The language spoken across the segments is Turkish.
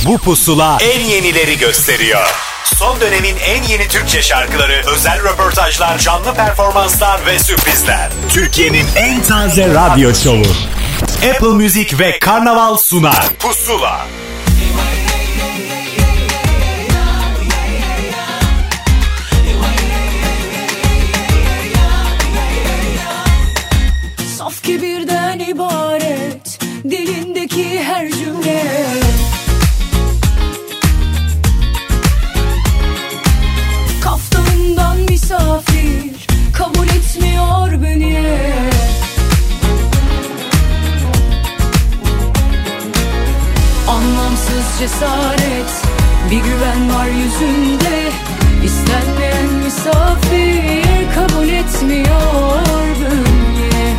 Bu pusula en yenileri gösteriyor. Son dönemin en yeni Türkçe şarkıları, özel röportajlar, canlı performanslar ve sürprizler. Türkiye'nin en taze radyo şovu. Apple Music ve Karnaval sunar. Pusula. Saf kibirden ibaret dilindeki her cümle. Kaftanından misafir kabul etmiyor beni. Anlamsız cesaret, bir güven var yüzünde. İstenmeyen misafir kabul etmiyor beni.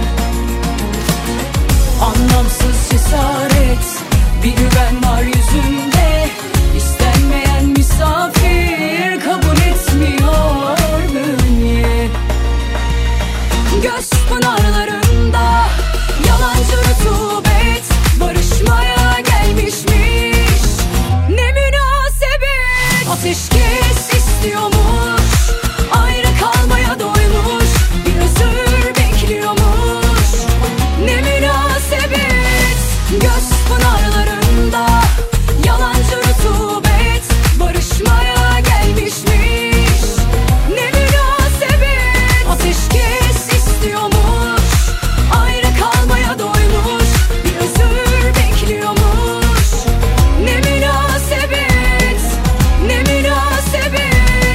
Anlamsız cesaret, bir güven var yüzünde. İstenmeyen misafir kabul etmiyor beni. Göz pınarlarında yalancı rutubet barışmaya gelmişmiş. Ne münasebet, ateşkes istiyormuş. Ayrı kalmaya doymuş, bir özür bekliyormuş. Ne münasebet, göz pınarlarında yalancı rutubet barışmaya gelmişmiş. Ne münasebet, ateşkes istiyormuş. Ayrı kalmaya doymuş, bir özür bekliyormuş. Ne münasebet, ne münasebet.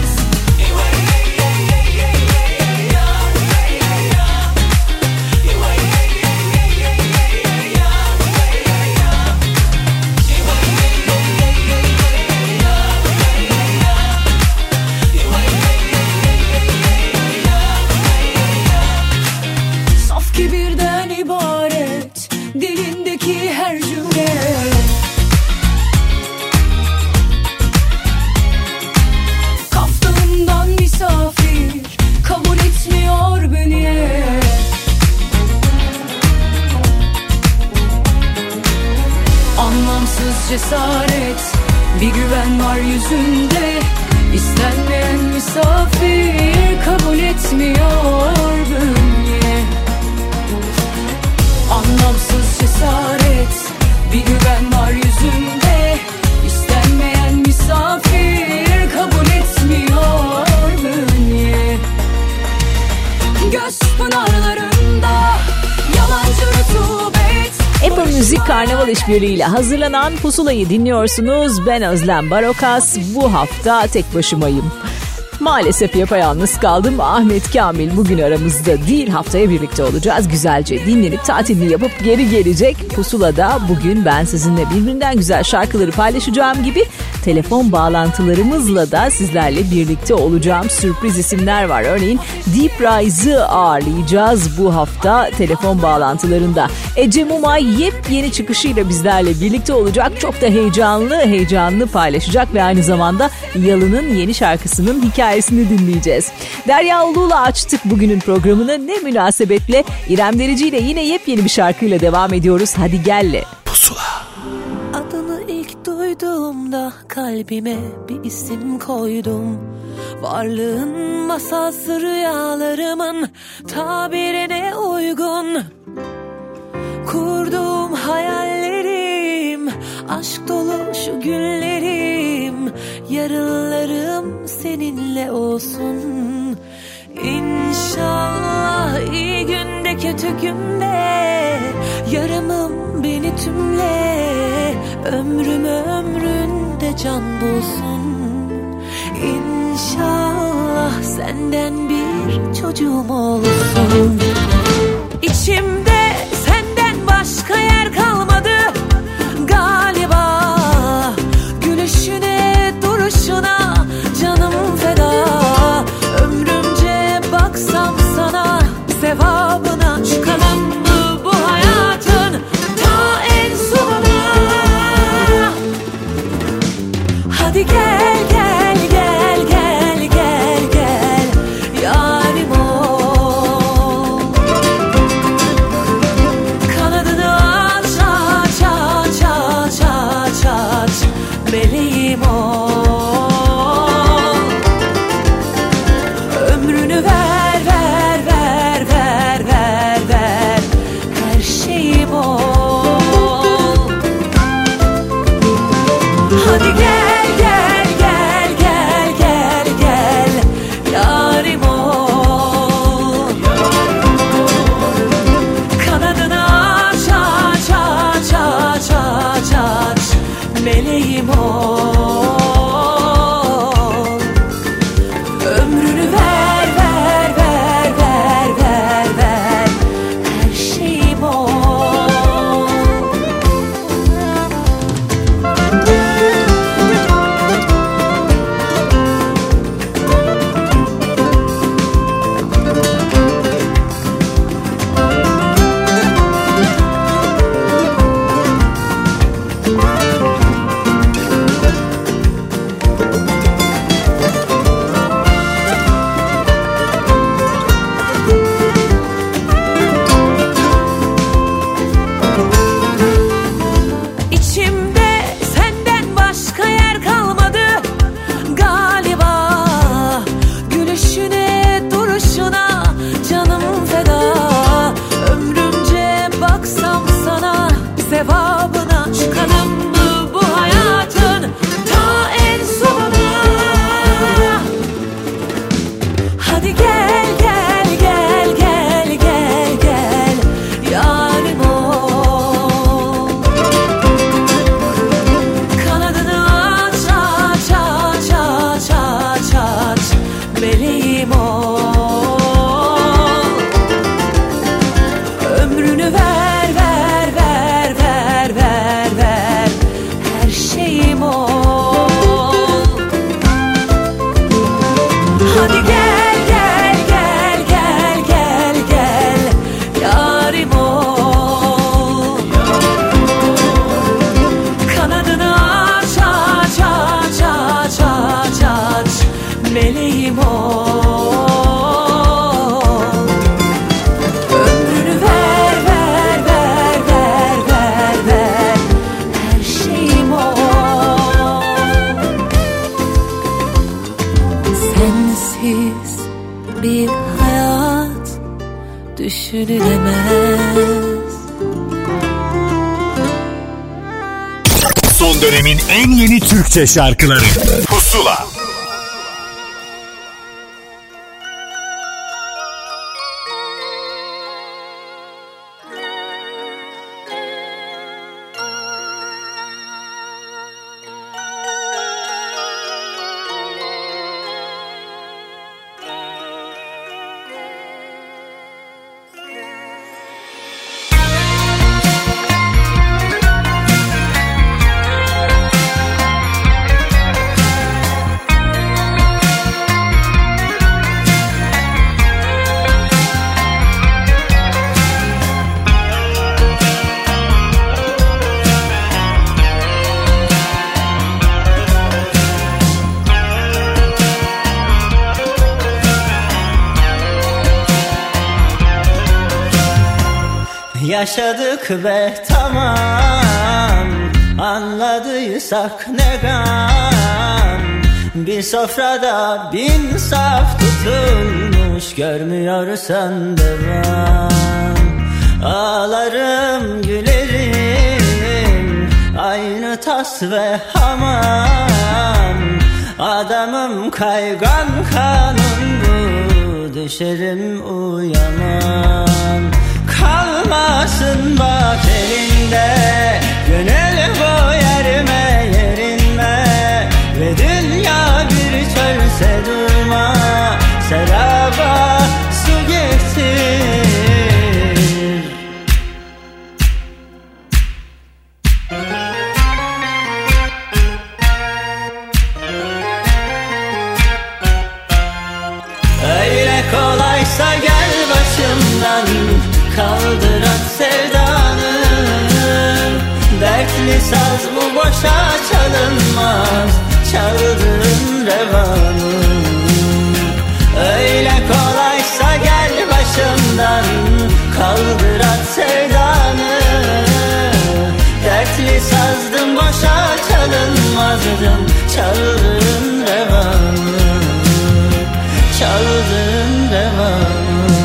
Saf kibirden ibaret dilindeki her cümle. Kaftanından misafir kabul etmiyor beni. Anlamsız cesaret, bir güven var yüzünde. İstenmeyen misafir kabul etmiyor beni. Anlamsız cesaret, bir güven var yüzünde. İstenmeyen misafir kabul etmiyor beni. Göz pınarlarında yalancı rutubet. Apple Music Karnaval işbirliğiyle hazırlanan Pusula'yı dinliyorsunuz. Ben Özlem Barokas. Bu hafta tek başımayım. Maalesef yapayalnız kaldım. Ahmet Kamil bugün aramızda değil. Haftaya birlikte olacağız. Güzelce dinlenip tatilini yapıp geri gelecek. Pusula'da bugün ben sizinle birbirinden güzel şarkıları paylaşacağım gibi telefon bağlantılarımızla da sizlerle birlikte olacağım. Sürpriz isimler var. Örneğin Deep Rise'ı ağırlayacağız bu hafta telefon bağlantılarında. Ece Mumay yepyeni çıkışıyla bizlerle birlikte olacak. Çok da heyecanlı paylaşacak ve aynı zamanda Yalın'ın yeni şarkısının hikayesini dinleyeceğiz. Derya Ulu'la açtık bugünün programını. Ne münasebetle İrem Derici ile yine yepyeni bir şarkıyla devam ediyoruz. Hadi gelle. Pusula. Adını ilk duyduğumda kalbime bir isim koydum. Varlığın masalsı rüyalarımın tabirine uygun. Kurduğum hayallerim, aşk dolu şu günlerim, yarınlarım seninle olsun. İnşallah iyi günde kötü günde yarımım beni tümle, ömrüm ömründe can bulsun. İnşallah senden bir çocuğum olsun. İçimde senden başka yer kalmadı galiba. Gülüşüne, duruşuna canım feda. Ömrümce baksam sana, sevabına çıkalım mı bu hayatın ta en sonuna. Hadi gel gel gel gel gel gel yarim ol. Kanadını aç aç aç aç aç aç aç. meleğim ol. Ömrünü ver, ver, ver, ver, ver, ver, her şeyim ol. Hadi gel, gel, gel, gel, gel, gel, yarim ol. Kanadını aç, aç, aç, aç, aç, aç, meleğim ol. Ömrünü ver, ver, ver, ver, ver, ver, her şeyim ol. İçimde senden başka yer kalmadı galiba. Gülüşüne, duruşuna canım feda. Ömrümce baksam sana, sevabına çıkalım mı bu hayatın ta en sonuna? Hadi gel, gel, gel, gel, gel, gel, yarim ol. Kanadını aç, aç, aç, aç, aç, aç, meleğim ol. Ömrünü ver, ver, ver, ver, ver, ver, her şeyim ol. Hadi gel, gel, gel, gel, gel, gel, yarim ol. Kanadını aç, aç, aç, aç, aç, aç, meleğim ol. Ömrünü ver, ver, ver, ver, ver, ver, her şeyim ol. Sensiz bir hayat düşünülemez. Son dönemin en yeni Türkçe şarkıları Pusula. Yaşadık ve tamam, anladıysak ne gam. Bir sofrada bin saf tutulmuş, görmüyorsan devam. Ağlarım gülerim, aynı tas ve hamam. Adamım kaygan kanun bu, düşerim uyanam. Kalmasın bak elinde, gönül bu yerime yerinme. Ve dünya bir çölse durma, seraba su getir. Öyle kolaysa gel başımdan, kaldır at sevdanı. Dertli saz bu boşa çalınmaz, çaldığın revanı. Öyle kolaysa gel başımdan, kaldır at sevdanı. Dertli sazdım boşa çalınmaz, çalmazdım çaldığın revanı, çaldığın revanı.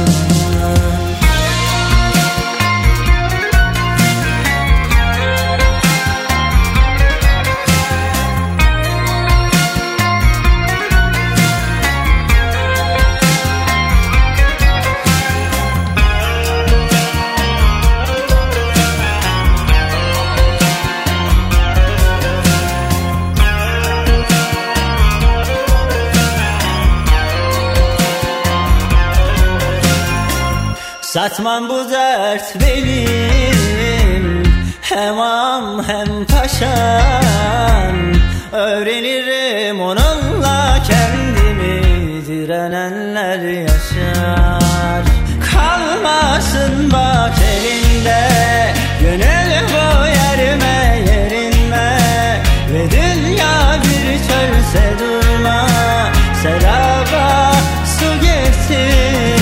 Satmam bu dert benim, hem am hem paşam. Öğrenirim onunla kendimi, direnenler yaşar. Kalmasın bak elinde, gönül bu yerime yerinme. Ve dünya bir çölse durma, seraba su getir.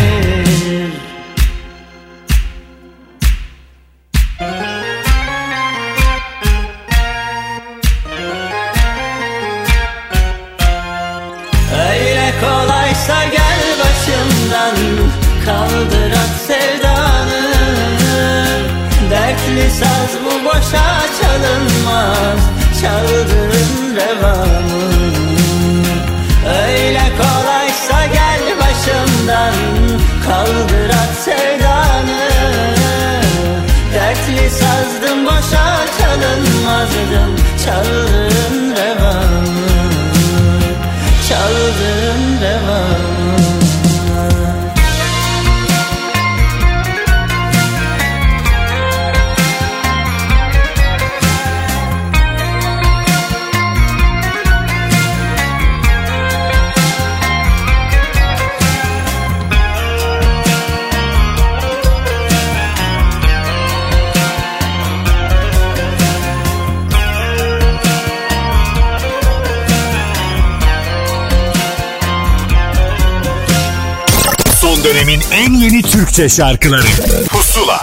Kolaysa gel başımdan, kaldır at sevdanı. Dertli saz bu boşa çalınmaz, çaldığın revanı. Öyle kolaysa gel başımdan, kaldır at sevdanı. Dertli sazdım boşa çalınmazdım, çaldığın revanı, çaldığın revanı. Son dönemin en yeni Türkçe şarkıları Pusula.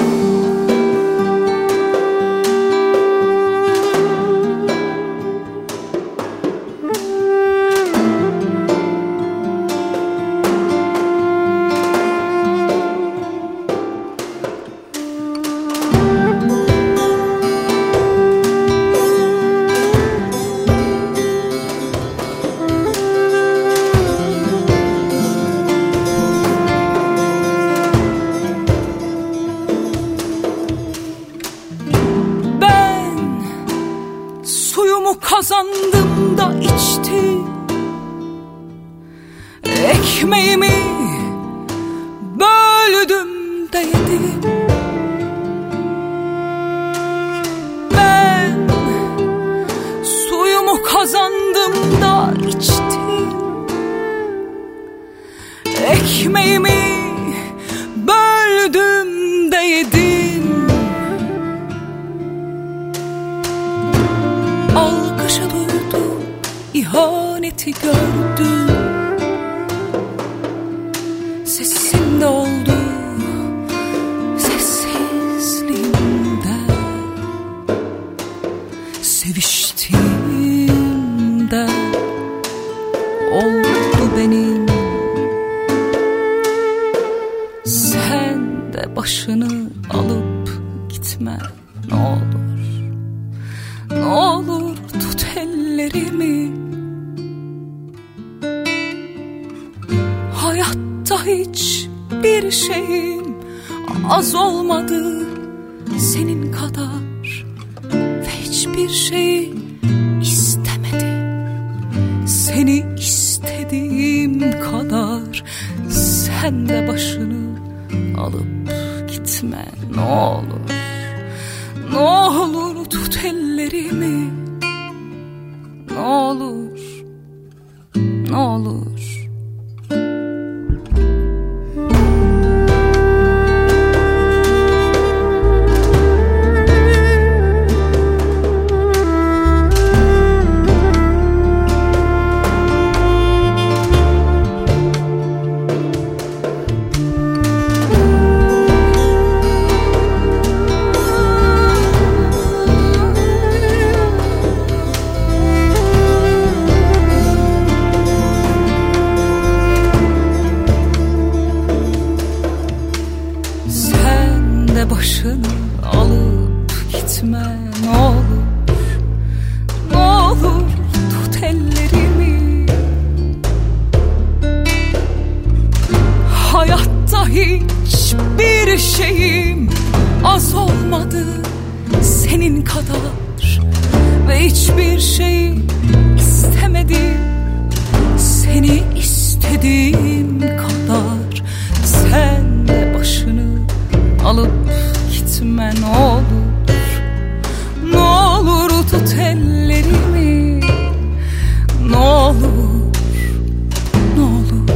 Kazandım da içtim, ekmeğimi böldüm de yedim. Ben suyumu kazandım da içtim, ekmeğimi böldüm de yedim. Alkışı duydum, ihaneti gördüm. Sesimde oldu, sessizliğimde. Seviştiğimde oldu benim. Sen de başını alıp gitme ne olur. Ne olur tut ellerimi. Hayatta hiçbir şeyim az olmadı senin kadar. Ve hiçbir şeyi istemedim seni istediğim kadar. Sen de başını alıp gitme ne olur. Ne olur tut ellerimi. Ne olur, ne olur. hiçbir şey istemedim. Seni istediğim kadar. Sen de başını alıp gitme ne olur. Ne olur tut ellerimi. Ne olur. Ne olur.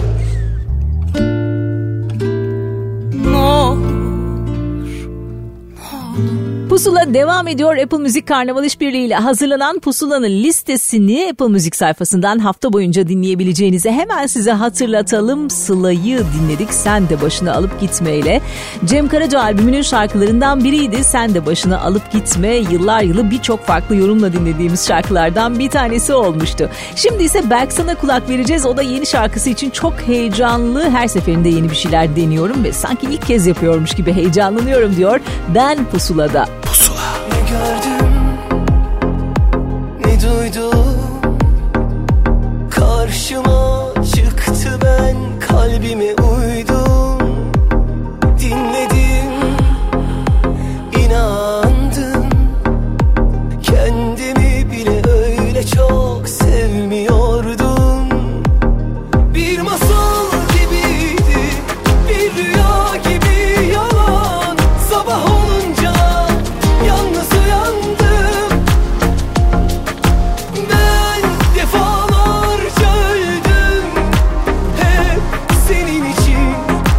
Ne olur. Pusula devam ediyor. Apple Müzik Karnaval İşbirliği ile hazırlanan Pusula'nın listesini Apple Müzik sayfasından hafta boyunca dinleyebileceğinizi hemen size hatırlatalım. Sıla'yı dinledik. Sen de başını alıp gitmeyle. Cem Karaca albümünün şarkılarından biriydi. Sen de başını alıp gitme. Yıllar yılı birçok farklı yorumla dinlediğimiz şarkılardan bir tanesi olmuştu. Şimdi ise Berksan'a kulak vereceğiz. O da yeni şarkısı için çok heyecanlı. Her seferinde yeni bir şeyler deniyorum ve sanki ilk kez yapıyormuş gibi heyecanlanıyorum diyor. Ben Pusula'da. Pusula. Ne gördüm, ne duydum, karşıma çıktı, ben kalbime uydum, dinledim, inandım, kendimi bile öyle çok sevmiyordum. Bir masal gibiydi, bir rüya gibi yalan, sabah olunca yalnız uyandım. Ben defalarca öldüm hep senin için.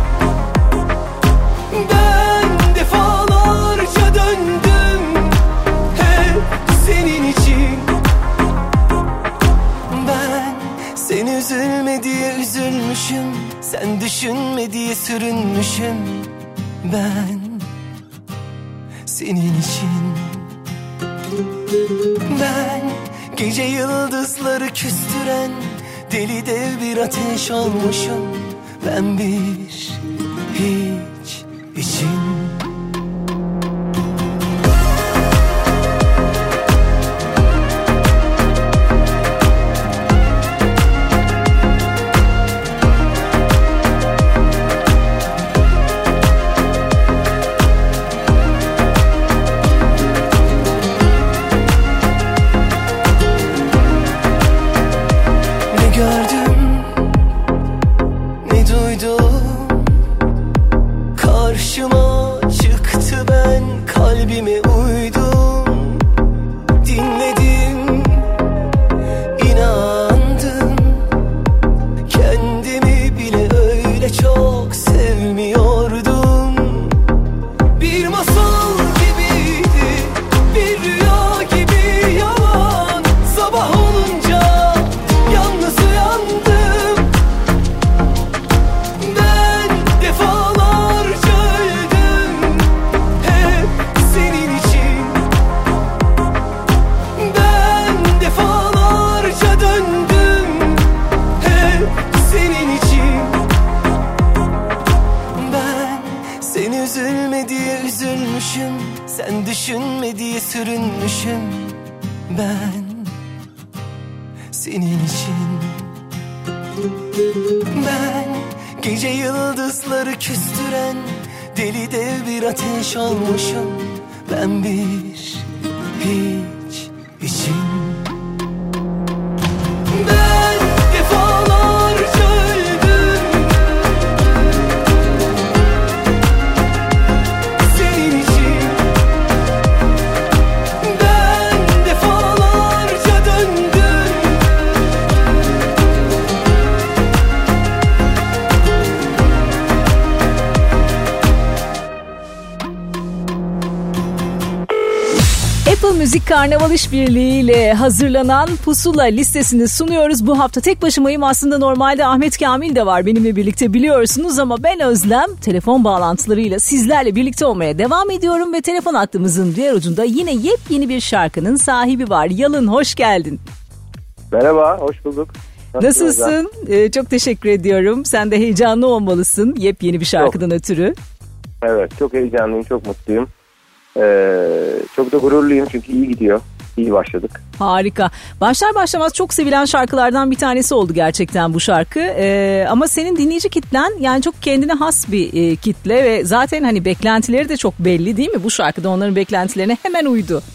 Ben defalarca döndüm hep senin için. Ben sen üzülme diye üzülmüşüm, sen düşünme diye sürünmüşüm. Ben senin için. Ben gece yıldızları küstüren deli dev bir ateş olmuşum. Ben bir hiç için. Olmuşum ben bir hiç için. Ben defalarca öldüm senin için. Ben defalarca döndüm. Apple Müzik Karnaval İşbirliği ile hazırlanan Pusula listesini sunuyoruz. Bu hafta tek başımayım. Aslında normalde Ahmet Kamil de var benimle birlikte biliyorsunuz ama ben Özlem. Telefon bağlantılarıyla sizlerle birlikte olmaya devam ediyorum ve telefon hattımızın diğer ucunda yine yepyeni bir şarkının sahibi var. Yalın, hoş geldin. Merhaba, hoş bulduk. Nasılsın? Çok teşekkür ediyorum. Sen de heyecanlı olmalısın yepyeni bir şarkıdan ötürü. Evet, çok heyecanlıyım, çok mutluyum. Çok da gururluyum çünkü iyi gidiyor. İyi başladık. Harika. Başlar başlamaz çok sevilen şarkılardan bir tanesi oldu gerçekten bu şarkı. Ama senin dinleyici kitlen yani çok kendine has bir kitle ve zaten hani beklentileri de çok belli değil mi? Bu şarkıda onların beklentilerine hemen uydu.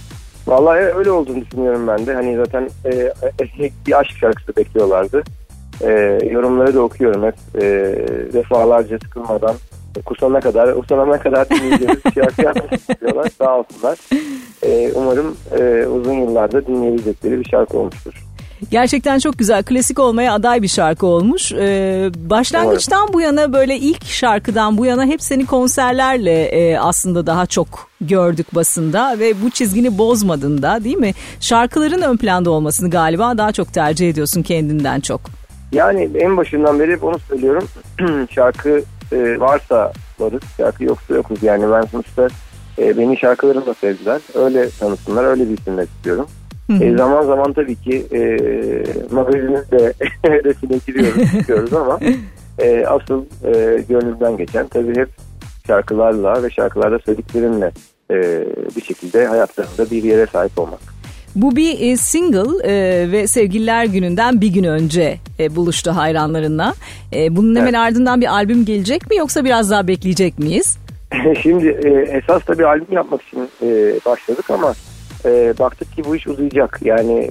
Vallahi öyle olduğunu düşünüyorum ben de. Hani zaten bir aşk şarkısı bekliyorlardı. Yorumları da okuyorum hep. Defalarca sıkılmadan usanana kadar dinleyeceğimiz şarkı yapmak istiyorlar. Sağ olsunlar. Umarım uzun yıllarda dinleyebilecekleri bir şarkı olmuştur. Gerçekten çok güzel, klasik olmaya aday bir şarkı olmuş. Başlangıçtan bu yana, böyle ilk şarkıdan bu yana hep seni konserlerle aslında daha çok gördük basında ve bu çizgini bozmadın da, değil mi? Şarkıların ön planda olmasını galiba daha çok tercih ediyorsun kendinden çok. Yani en başından beri hep onu söylüyorum. Şarkı varsa varız, şarkı yoksa yokuz. Yani ben sonuçta beni şarkılarımla sevdiler. Öyle tanısınlar, öyle bilsinler istiyorum. Zaman zaman tabii ki magazinin de resine giriyoruz ama asıl gönlümden geçen tabii hep şarkılarla ve şarkılarda söylediklerimle bir şekilde hayatlarında bir yere sahip olmak. Bu bir single ve Sevgililer Günü'nden bir gün önce buluştu hayranlarınla. Bunun hemen ardından bir albüm gelecek mi, yoksa biraz daha bekleyecek miyiz? Şimdi esas tabii albüm yapmak için başladık ama baktık ki bu iş uzayacak. Yani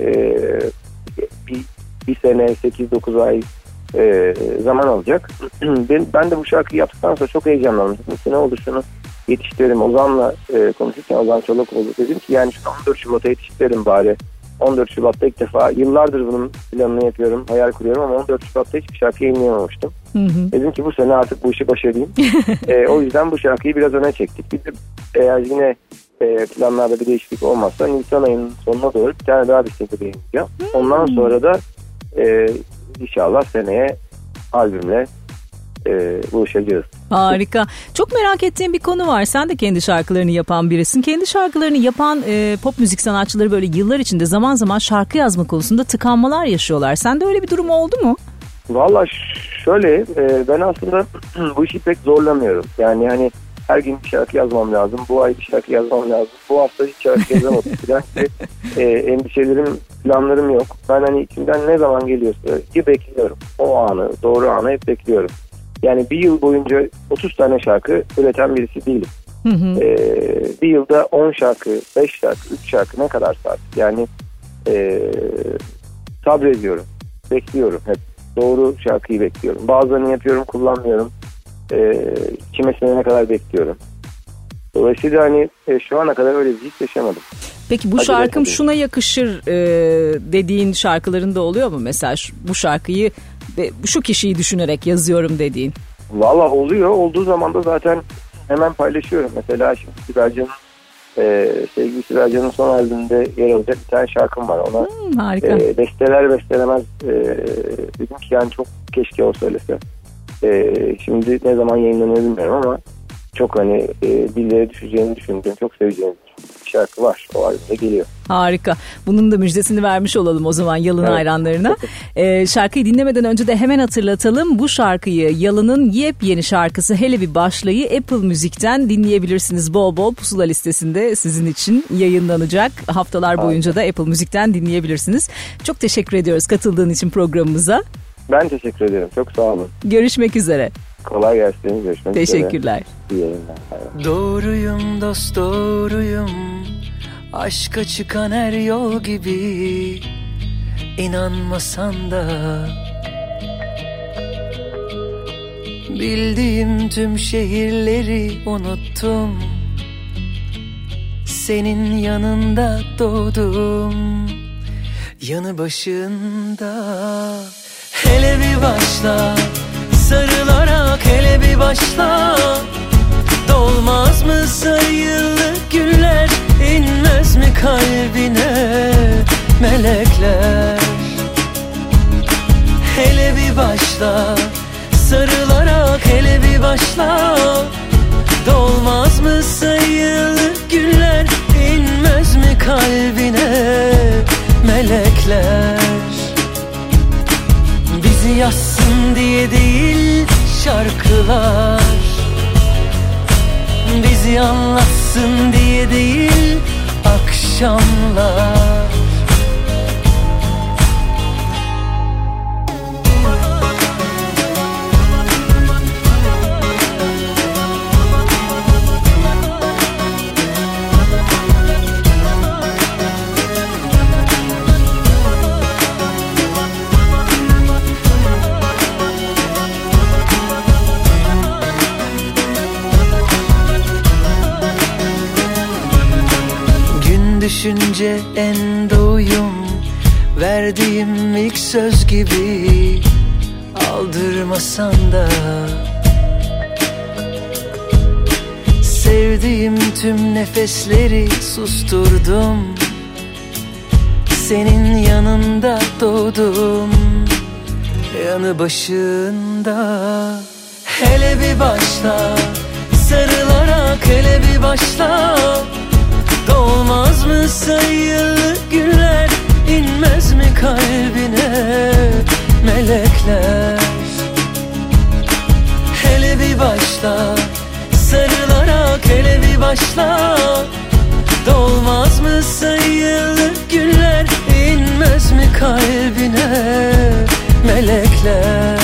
bir sene 8-9 ay zaman alacak. Ben de bu şarkıyı yaptıktan sonra çok heyecanlandım. Ne olur şunu yetiştirelim. Ozan'la konuşurken, Ozan Çolakoğlu, dedim ki yani şu 14 Şubat'a yetiştirelim bari. 14 Şubat'ta ilk defa, yıllardır bunun planını yapıyorum, hayal kuruyorum ama 14 Şubat'ta hiçbir şarkı yayınlayamamıştım. Dedim ki bu sene artık bu işi başarayım. O yüzden bu şarkıyı biraz öne çektik. Bir de eğer yine planlarda bir değişiklik olmazsa Nisan ayının sonuna doğru bir tane daha bir single yayınlayacağım. Ondan sonra da inşallah seneye albümle buluşacağız. Harika. Çok merak ettiğim bir konu var. Sen de kendi şarkılarını yapan birisin. Kendi şarkılarını yapan pop müzik sanatçıları böyle yıllar içinde zaman zaman şarkı yazma konusunda tıkanmalar yaşıyorlar. Sende öyle bir durum oldu mu? Valla şöyle, ben aslında bu işi pek zorlamıyorum. Yani hani her gün bir şarkı yazmam lazım. Bu ay bir şarkı yazmam lazım. Bu hafta hiç şarkı yazamadım. Endişelerim, planlarım yok. Ben hani içimden ne zaman geliyorsa ki bekliyorum. O anı, doğru anı hep bekliyorum. Yani bir yıl boyunca 30 tane şarkı üreten birisi değilim. Bir yılda 10 şarkı, 5 şarkı, 3 şarkı ne kadar saat. Yani sabrediyorum, bekliyorum hep. Doğru şarkıyı bekliyorum. Bazılarını yapıyorum, kullanmıyorum. Kime senene kadar bekliyorum. Dolayısıyla hani şu ana kadar öyle bir his yaşamadım. Peki bu şarkım şuna yakışır dediğin şarkıların da oluyor mu? Mesela bu şarkıyı şu kişiyi düşünerek yazıyorum dediğin. Valla oluyor. Olduğu zaman da zaten hemen paylaşıyorum. Mesela şimdi Sibel sevgili Sibel Can'ın son albümünde yer alacak bir tane şarkım var. Ona harika. Besteler bestelemez dedim ki yani çok keşke o söylese. Şimdi ne zaman yayınlanıyor bilmiyorum ama çok hani dillere düşeceğini düşündüğüm, çok seveceğim bir şarkı var. O albümde geliyor. Harika. Bunun da müjdesini vermiş olalım o zaman Yalın hayranlarına. Şarkıyı dinlemeden önce de hemen hatırlatalım. Bu şarkıyı, Yalın'ın yepyeni şarkısı Hele Bir Başlay'ı Apple Müzik'ten dinleyebilirsiniz. Bol bol Pusula listesinde sizin için yayınlanacak. Haftalar boyunca da Apple Müzik'ten dinleyebilirsiniz. Çok teşekkür ediyoruz katıldığın için programımıza. Ben teşekkür ederim. Çok sağ olun. Görüşmek üzere. Kolay gelsin. Görüşmek üzere. Teşekkürler. İyi yayınlar. Doğruyum dost, doğruyum. Aşka çıkan her yol gibi. İnanmasan da bildiğim tüm şehirleri unuttum. Senin yanında doğdum, yanı başında. Hele bir başla, sarılarak hele bir başla. Dolmaz mı sayılı güller, inmez mi kalbine melekler? Hele bir başla, sarılarak hele bir başla. Dolmaz mı sayılı güller, inmez mi kalbine melekler? Bizi yazsın diye değil şarkılar, bizi anlatsın diye değil akşamlar. gece en doyum, verdiğim ilk söz gibi aldırmasan da. Sevdiğim tüm nefesleri susturdum, senin yanında doğdum, yanı başında. Hele bir başla, sarılarak hele bir başla. Dolmaz mı sayılı günler, inmez mi kalbine melekler? Hele bir başla, sarılarak hele bir başla. Dolmaz mı sayılı günler, inmez mi kalbine melekler?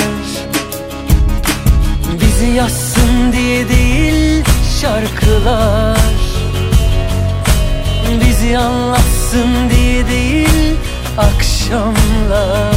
Bizi yazsın diye değil şarkılar, bizi anlatsın diye değil akşamlar.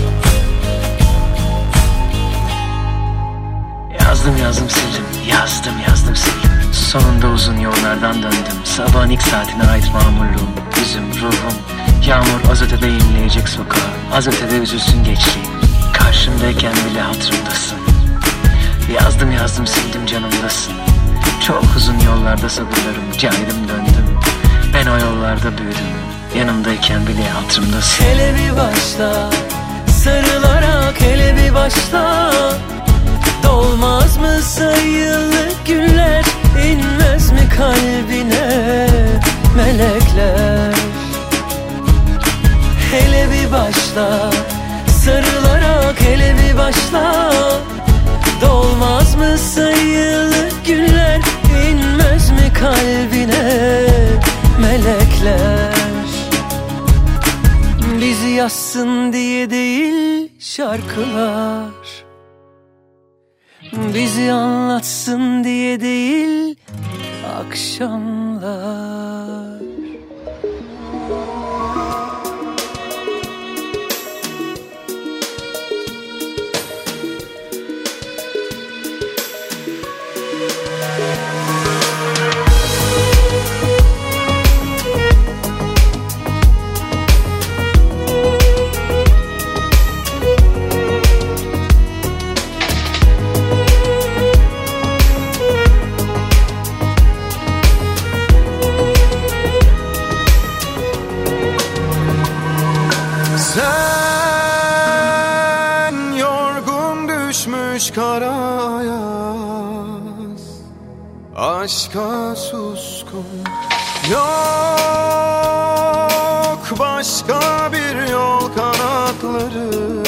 Yazdım sildim, yazdım sildim. Sonunda uzun yollardan döndüm. Sabahın ilk saatine ait mamurluğum, yüzüm, ruhum. Yağmur az ötede inleyecek sokağa, az ötede üzülsün gençliğim. Karşımdayken bile hatırımdasın. Yazdım sildim, canımdasın. Çok uzun yollarda sabırlarım, caydım döndüm. Ben o yollarda büyüdüm, yanımdayken bile hatırımdasın. Hele bir başla, sarılarak hele bir başla. Dolmaz mı sayılı günler, inmez mi kalbine melekler? Hele bir başla, sarılarak hele bir başla. Dolmaz mı sayılı günler, inmez mi kalbine melekler? Bizi yazsın diye değil şarkılar, bizi anlatsın diye değil akşamlar. Aşka suskun, yok başka bir yol, kanatların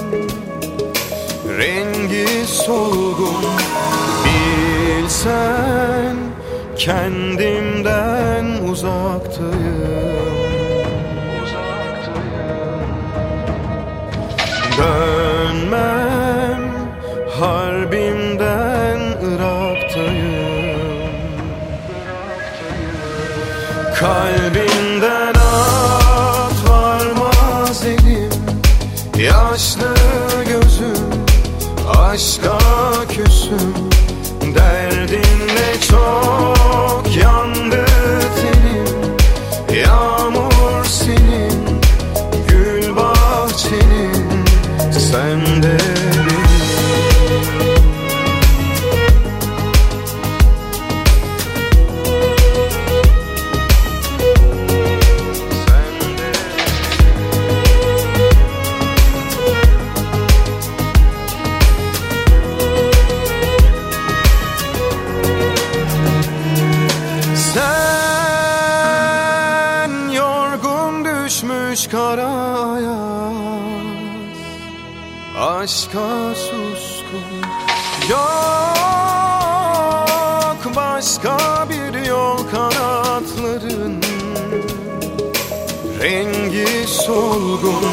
rengi solgun. Bilsen kendimden uzaktayım. Dönmem harbimden Irak'tayım. Kalbimden at varmaz elim, yaşlı gözüm, aşka küsüm. Derdinle çok yandı tenim, yağmur senin, gül bahçenin, sen de aşka suskun, yok başka bir yol, kanatların rengi solgun.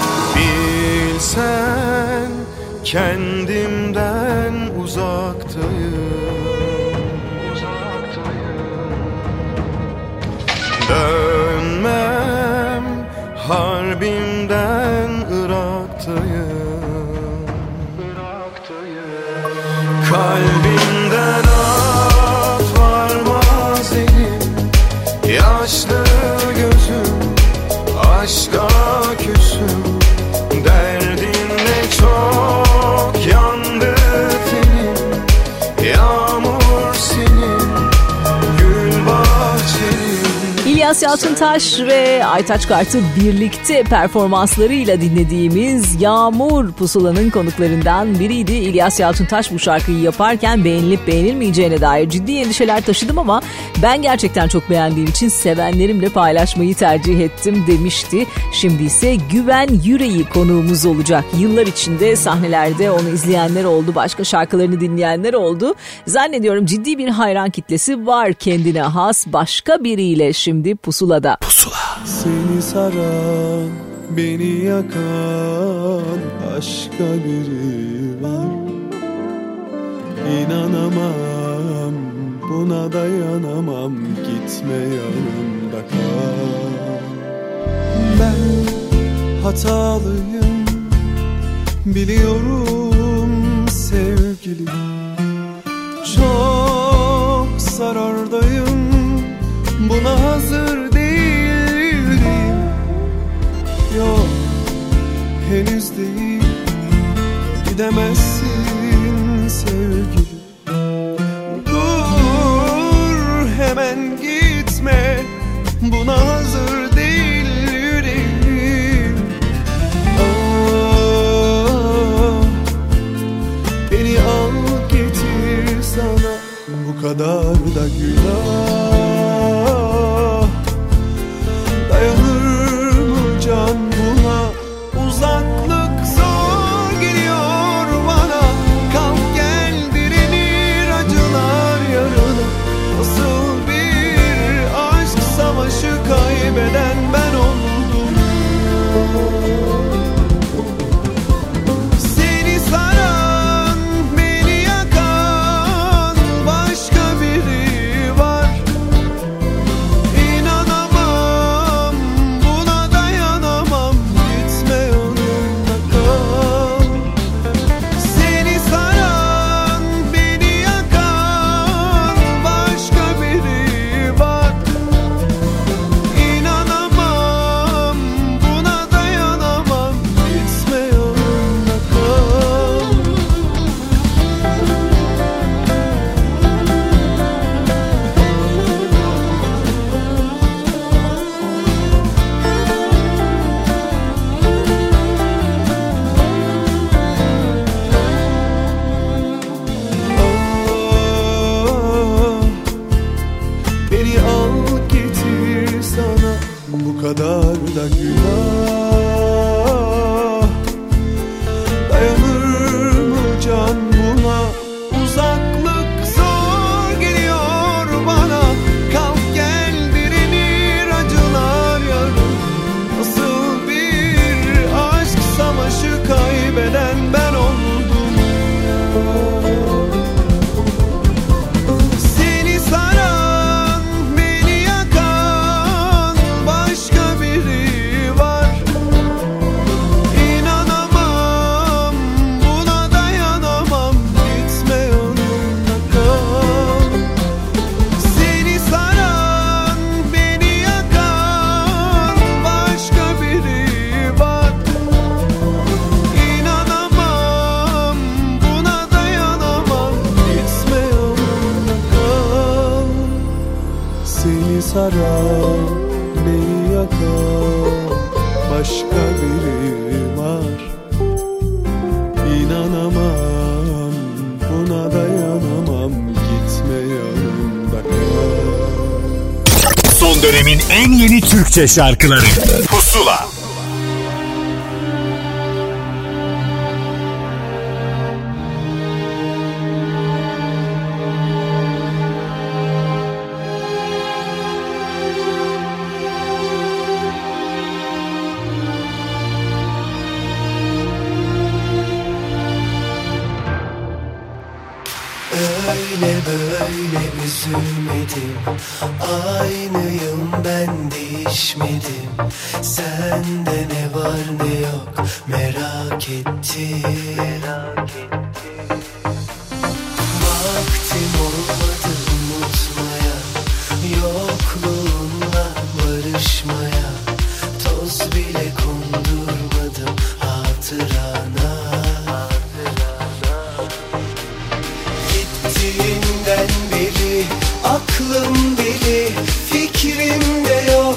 Bilsen kendimden uzaktayım. Dönmem harbimden Irak'tayım. Kalbimden at varmaz elim, yaşlı gözüm, İlyas Yalçıntaş ve Aytaç Kart'ı birlikte performanslarıyla dinlediğimiz Yağmur Pusula'nın konuklarından biriydi. İlyas Yalçıntaş bu şarkıyı yaparken beğenilip beğenilmeyeceğine dair ciddi endişeler taşıdım ama ben gerçekten çok beğendiğim için sevenlerimle paylaşmayı tercih ettim demişti. Şimdi ise Güven Yüreği konuğumuz olacak. Yıllar içinde sahnelerde onu izleyenler oldu, başka şarkılarını dinleyenler oldu. Zannediyorum ciddi bir hayran kitlesi var kendine has başka biriyle şimdi Pusula'da. Pusula. Seni saran, beni yakan başka biri var. İnanamam, buna dayanamam, gitme yanımda kal. Ben hatalıyım, biliyorum sevgilim. Çok zarardayım, buna hazır değilim. Yok, henüz değil, gidemezsin sevgilim. Dur, hemen gitme, buna hazır değil yüreğim. Beni al getir sana, bu kadar da günah. Dayanır mı can buna? Uzaklık zor geliyor bana. Kalk gel, direnir acılar yarına. Nasıl bir aşk savaşı kaybeden ben oldum. Seni saran, beni yakan başka biri var. İnanamam, buna dayanamam, gitme yanımda kal. Seni saran, beni yakan başka biri var. İnanamam, buna dayanamam, gitme yanımda kal. Beni al getir sana, bu kadar da günah. Dayanır mı can buna? Uzaklık zor geliyor bana. Kalk gel, direnir acılar yarın. Nasıl bir aşk savaşı kaybeden ben oldum. Seni saran, beni yakan başka biri var. İnanamam, buna dayanamam, gitme yanımda kal. Seni saran, beni yakan başka biri var. İnanamam, buna dayanamam, gitme yanımda kal. Seni saran, beni yakan başka biri var. İnanamam, buna dayanamam, gitme yanımda kal. Son dönemin en yeni Türkçe şarkıları Pusula. Öyle böyle üzülmedim, aynıyım ben, değişmedim. Sende ne var ne yok merak ettim. Vaktim olmadı unutmaya, yokluğunla barışmaya. Toz bile kondurmadım hatırana. Gittiğinden beri aklım deli, fikrimde yok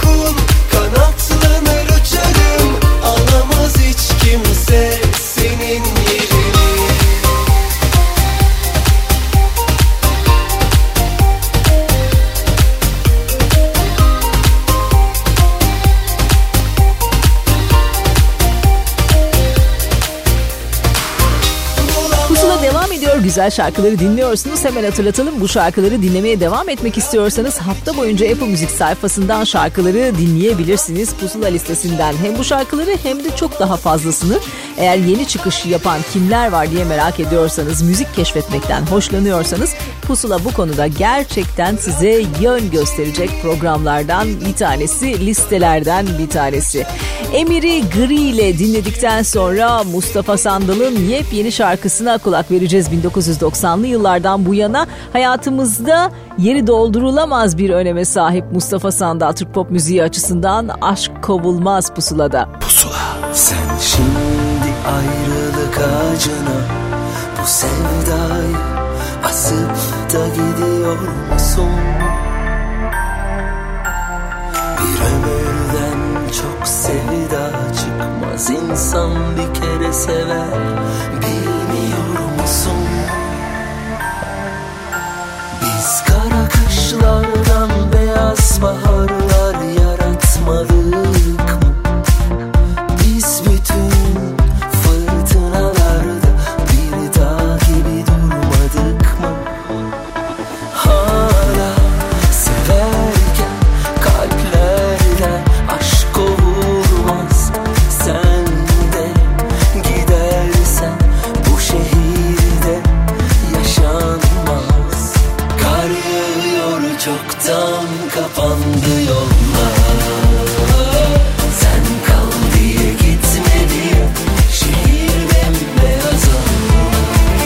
ruhum, kanatlanır uçarım. Alamaz hiç kimse senin yerini. Pusula devam ediyor. Güzel şarkıları dinliyorsunuz. Hemen hatırlatalım. Bu şarkıları dinlemeye devam etmek istiyorsanız hafta boyunca Apple Müzik sayfasından şarkıları dinleyebilirsiniz. Pusula listesinden hem bu şarkıları hem de çok daha fazlasını. Eğer yeni çıkış yapan kimler var diye merak ediyorsanız, müzik keşfetmekten hoşlanıyorsanız Pusula bu konuda gerçekten size yön gösterecek programlardan bir tanesi, listelerden bir tanesi. Emir'i Gri ile dinledikten sonra Mustafa Sandal'ın yepyeni şarkısına kulak vereceğiz. 1990'lı yıllardan bu yana hayatımızda yeri doldurulamaz bir öneme sahip Mustafa Sandal, Türk pop müziği açısından Aşk Kovulmaz Pusula'da. Pusula. Sen şimdi ayrılık ağacına bu sevdayı asıp da gidiyor musun? Bir ömürden çok sevda çıkmaz, insan bir kere sever, bilmiyor musun? Biz kara kışlardan beyaz baharlar yaratmadık mı? Biz bütün fırtınalarda bir dağ gibi durmadık mı? Hala severken kalplerden aşk kovulmaz. Sen de gidersen bu şehirde yaşanmaz. Kar yağıyor, çoktan kapandı yollar. Sen kal diye gitmedi, şehir bembeyaz oldu.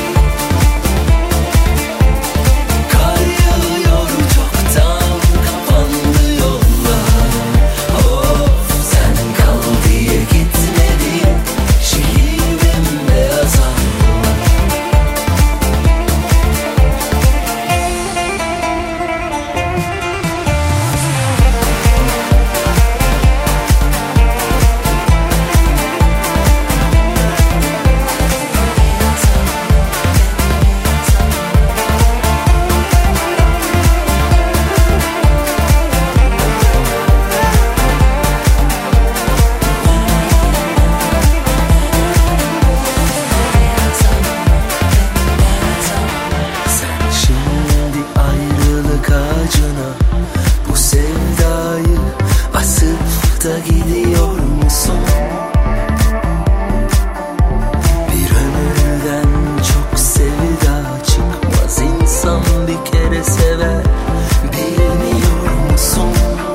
Kar yağıyor, çoktan kapandı yollar. Of, sen kal diye gitmedi, şehir bembeyaz oldu. Sen şimdi ayrılık ağacına bu sevdayı asıp da gidiyor musun? Bir ömürden çok sevda çıkmaz, insan bir kere sever, bilmiyor musun?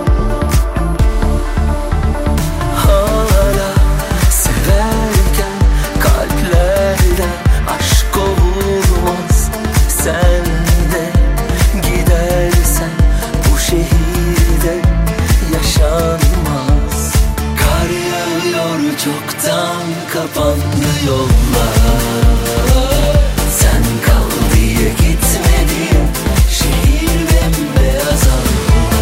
Hala severken kalplerden aşk kovulmaz. Sen de gidersen bu şehirde yaşanmaz. Kar yağıyor, çoktan kapandı yollar. Sen kal diye gitmedi, şehir bembeyaz oldu.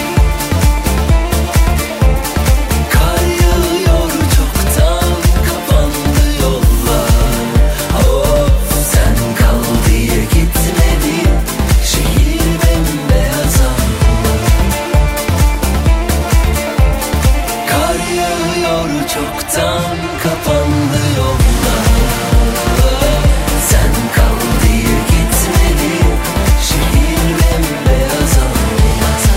Kar yağıyor, çoktan kapandı yollar. Of, sen kal diye gitmedi, şehir bembeyaz oldu. Kar yağıyor, çoktan kapandı yollar. Sen kal diye gitmedi, şehir bembeyaz oldu.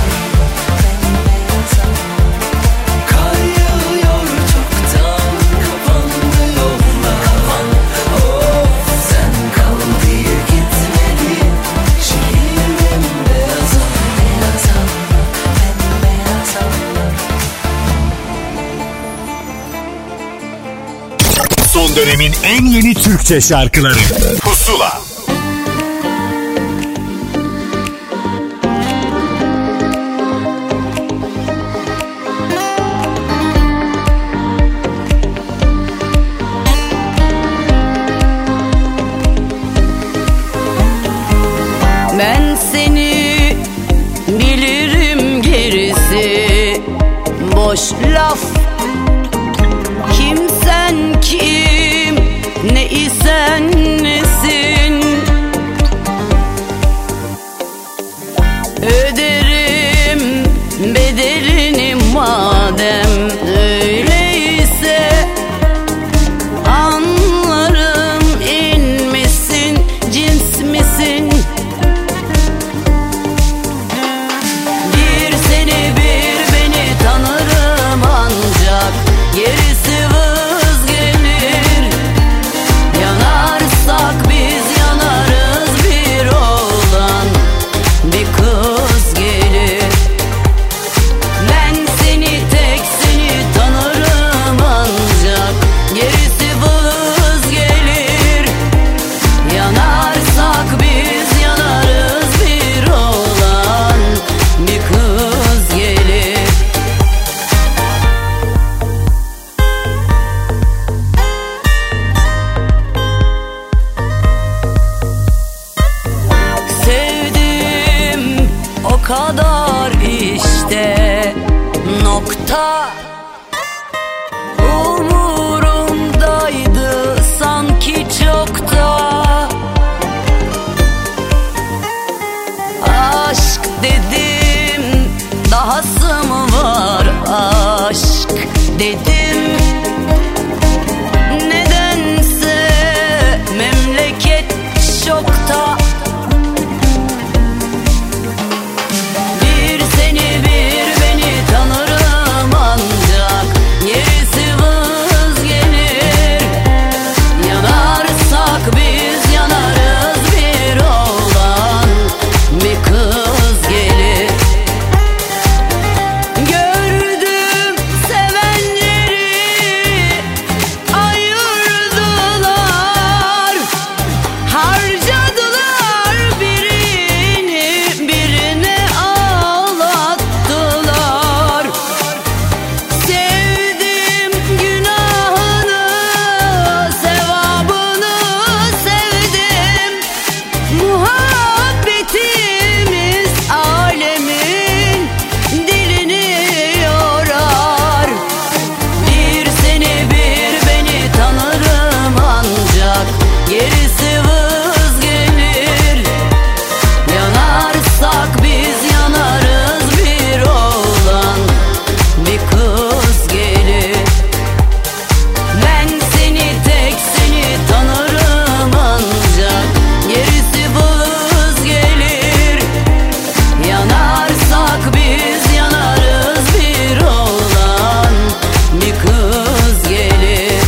Kar yağıyor, çoktan kapandı yollar. Of, sen kal diye gitmedi, şehir bembeyaz oldu. Son dönemin en yeni Türkçe şarkıları Pusula. Ben seni bilirim gerisi boş laf. Kimsen kim, ne isen nesin? Öderim bedelini madem öyleyse. Anlarım in misin, cins misin? Bir seni bir beni tanırım ancak gerisi vız gelir. Yanarsak biz yanarız, bir oğlan bir kız gelir. Ben seni tek seni tanırım ancak gerisi vız gelir. Yanarsak biz yanarız, bir oğlan bir kız gelir. Sevdim o kadar işte, nokta. Umurumdaydı sanki çok da. Aşk dedim, dahası mı var? Aşk dedim, nedense memleket şokta. Bir seni bir beni tanırım ancak gerisi vız gelir. Yanarsak biz yanarız, bir oğlan bir kız gelir. Gördüm sevenleri ayırdılar, harcadılar birini, birine ağlattılar. Sevdim günahını, sevabını sevdim. Muhabbetimiz alemin dilini yorar. Bir seni bir beni tanırım ancak gerisi vız gelir. Yanarsak biz yanarız, bir oğlan bir kız gelir. Ben seni tek seni tanırım ancak gerisi vız gelir. Yanarsak biz yanarız, bir oğlan bir kız gelir.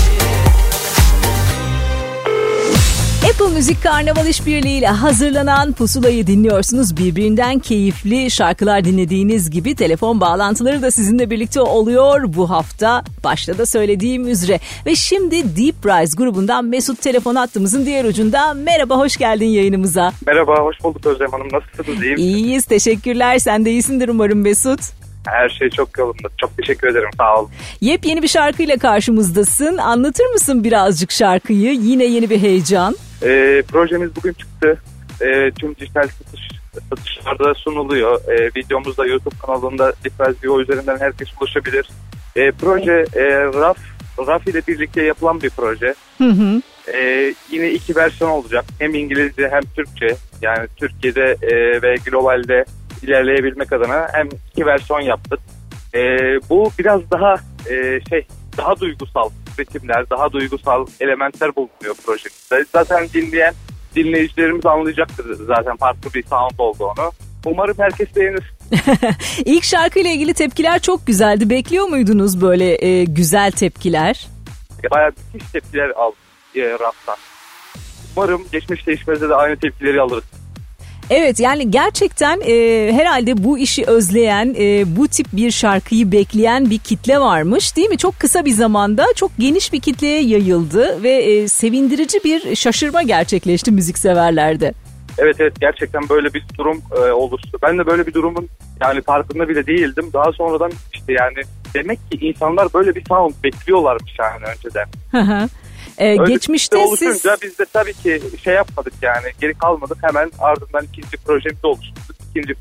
Apple Müzik Karnaval İşbirliği ile hazırlanan Pusula'yı dinliyorsunuz. Birbirinden keyifli şarkılar dinlediğiniz gibi telefon bağlantıları da sizinle birlikte oluyor bu hafta. Başta da söylediğim üzere. Ve şimdi Deep Rise grubundan Mesut telefon hattımızın diğer ucunda. Merhaba, hoş geldin yayınımıza. Merhaba, hoş bulduk Özlem Hanım. Nasılsınız? İyiyim. İyiyiz, teşekkürler. Sen de iyisindir umarım Mesut. Her şey çok yolunda. Çok teşekkür ederim. Sağ olun. Yepyeni bir şarkıyla karşımızdasın. Anlatır mısın birazcık şarkıyı? Yine yeni bir heyecan. Projemiz bugün çıktı. Tüm dijital satışlarda sunuluyor. Videomuz da YouTube kanalında Deep üzerinden herkes ulaşabilir. Proje RAF ile birlikte yapılan bir proje. Hı. Yine 2 versiyon olacak. Hem İngilizce hem Türkçe. Yani Türkiye'de ve globalde ilerleyebilmek adına hem 2 versiyon yaptık. Bu biraz daha daha duygusal ritimler, daha duygusal elementler bulunuyor projemizde. Zaten dinleyen dinleyicilerimiz anlayacaktır zaten farklı bir sound olduğunu. Umarım herkes beğenir. İlk şarkıyla ilgili tepkiler çok güzeldi. Bekliyor muydunuz böyle güzel tepkiler? Bayağı müthiş tepkiler aldık Raf'tan. Umarım geçmiş değişmezde de aynı tepkileri alırız. Evet, yani gerçekten herhalde bu işi özleyen, bu tip bir şarkıyı bekleyen bir kitle varmış, değil mi? Çok kısa bir zamanda çok geniş bir kitleye yayıldı ve sevindirici bir şaşırma gerçekleşti müzikseverlerde. Evet, gerçekten böyle bir durum oluştu. Ben de böyle bir durumun yani farkında bile değildim. Daha sonradan işte yani demek ki insanlar böyle bir sound bekliyorlarmış yani önceden. Geçmişte oluşunca biz de tabii ki şey yapmadık yani, geri kalmadık, hemen ardından ikinci projemizi oluşturduk. İkinci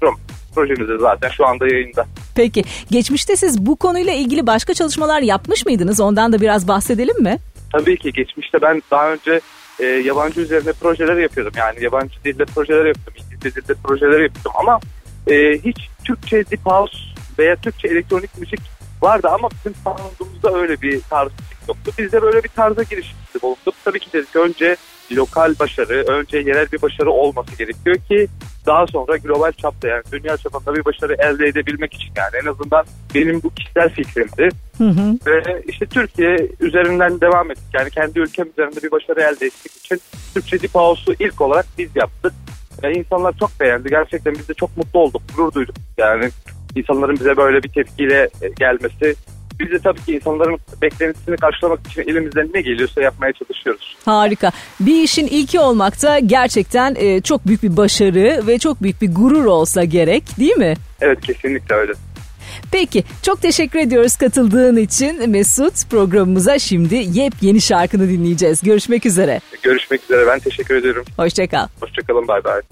projemiz de zaten şu anda yayında. Peki geçmişte siz bu konuyla ilgili başka çalışmalar yapmış mıydınız? Ondan da biraz bahsedelim mi? Tabii ki geçmişte ben daha önce yabancı üzerine projeler yapıyordum. Yani yabancı dilde projeler yaptım, İngilizce dilde projeler yaptım ama hiç Türkçe deep house veya Türkçe elektronik müzik vardı ama bizim sound'umuzda öyle bir tarz yoktu. Biz de böyle bir tarza girişimizde bulunduk. Tabii ki dedik önce lokal başarı, önce yerel bir başarı olması gerekiyor ki daha sonra global çapta yani dünya çapında bir başarı elde edebilmek için yani en azından benim bu kişisel fikrimdi. Ve işte Türkiye üzerinden devam ettik. Yani kendi ülkem üzerinde bir başarı elde ettik için Türkçe Deep House'u ilk olarak biz yaptık. Yani insanlar çok beğendi. Gerçekten biz de çok mutlu olduk, gurur duyduk. Yani insanların bize böyle bir tepkiyle gelmesi. Biz de tabii ki insanların beklentisini karşılamak için elimizden ne geliyorsa yapmaya çalışıyoruz. Harika. Bir işin ilki olmak da gerçekten çok büyük bir başarı ve çok büyük bir gurur olsa gerek, değil mi? Evet, kesinlikle öyle. Peki, çok teşekkür ediyoruz katıldığın için Mesut. Programımıza şimdi yepyeni şarkını dinleyeceğiz. Görüşmek üzere. Görüşmek üzere, ben teşekkür ediyorum. Hoşçakal. Hoşçakalın, bay bay.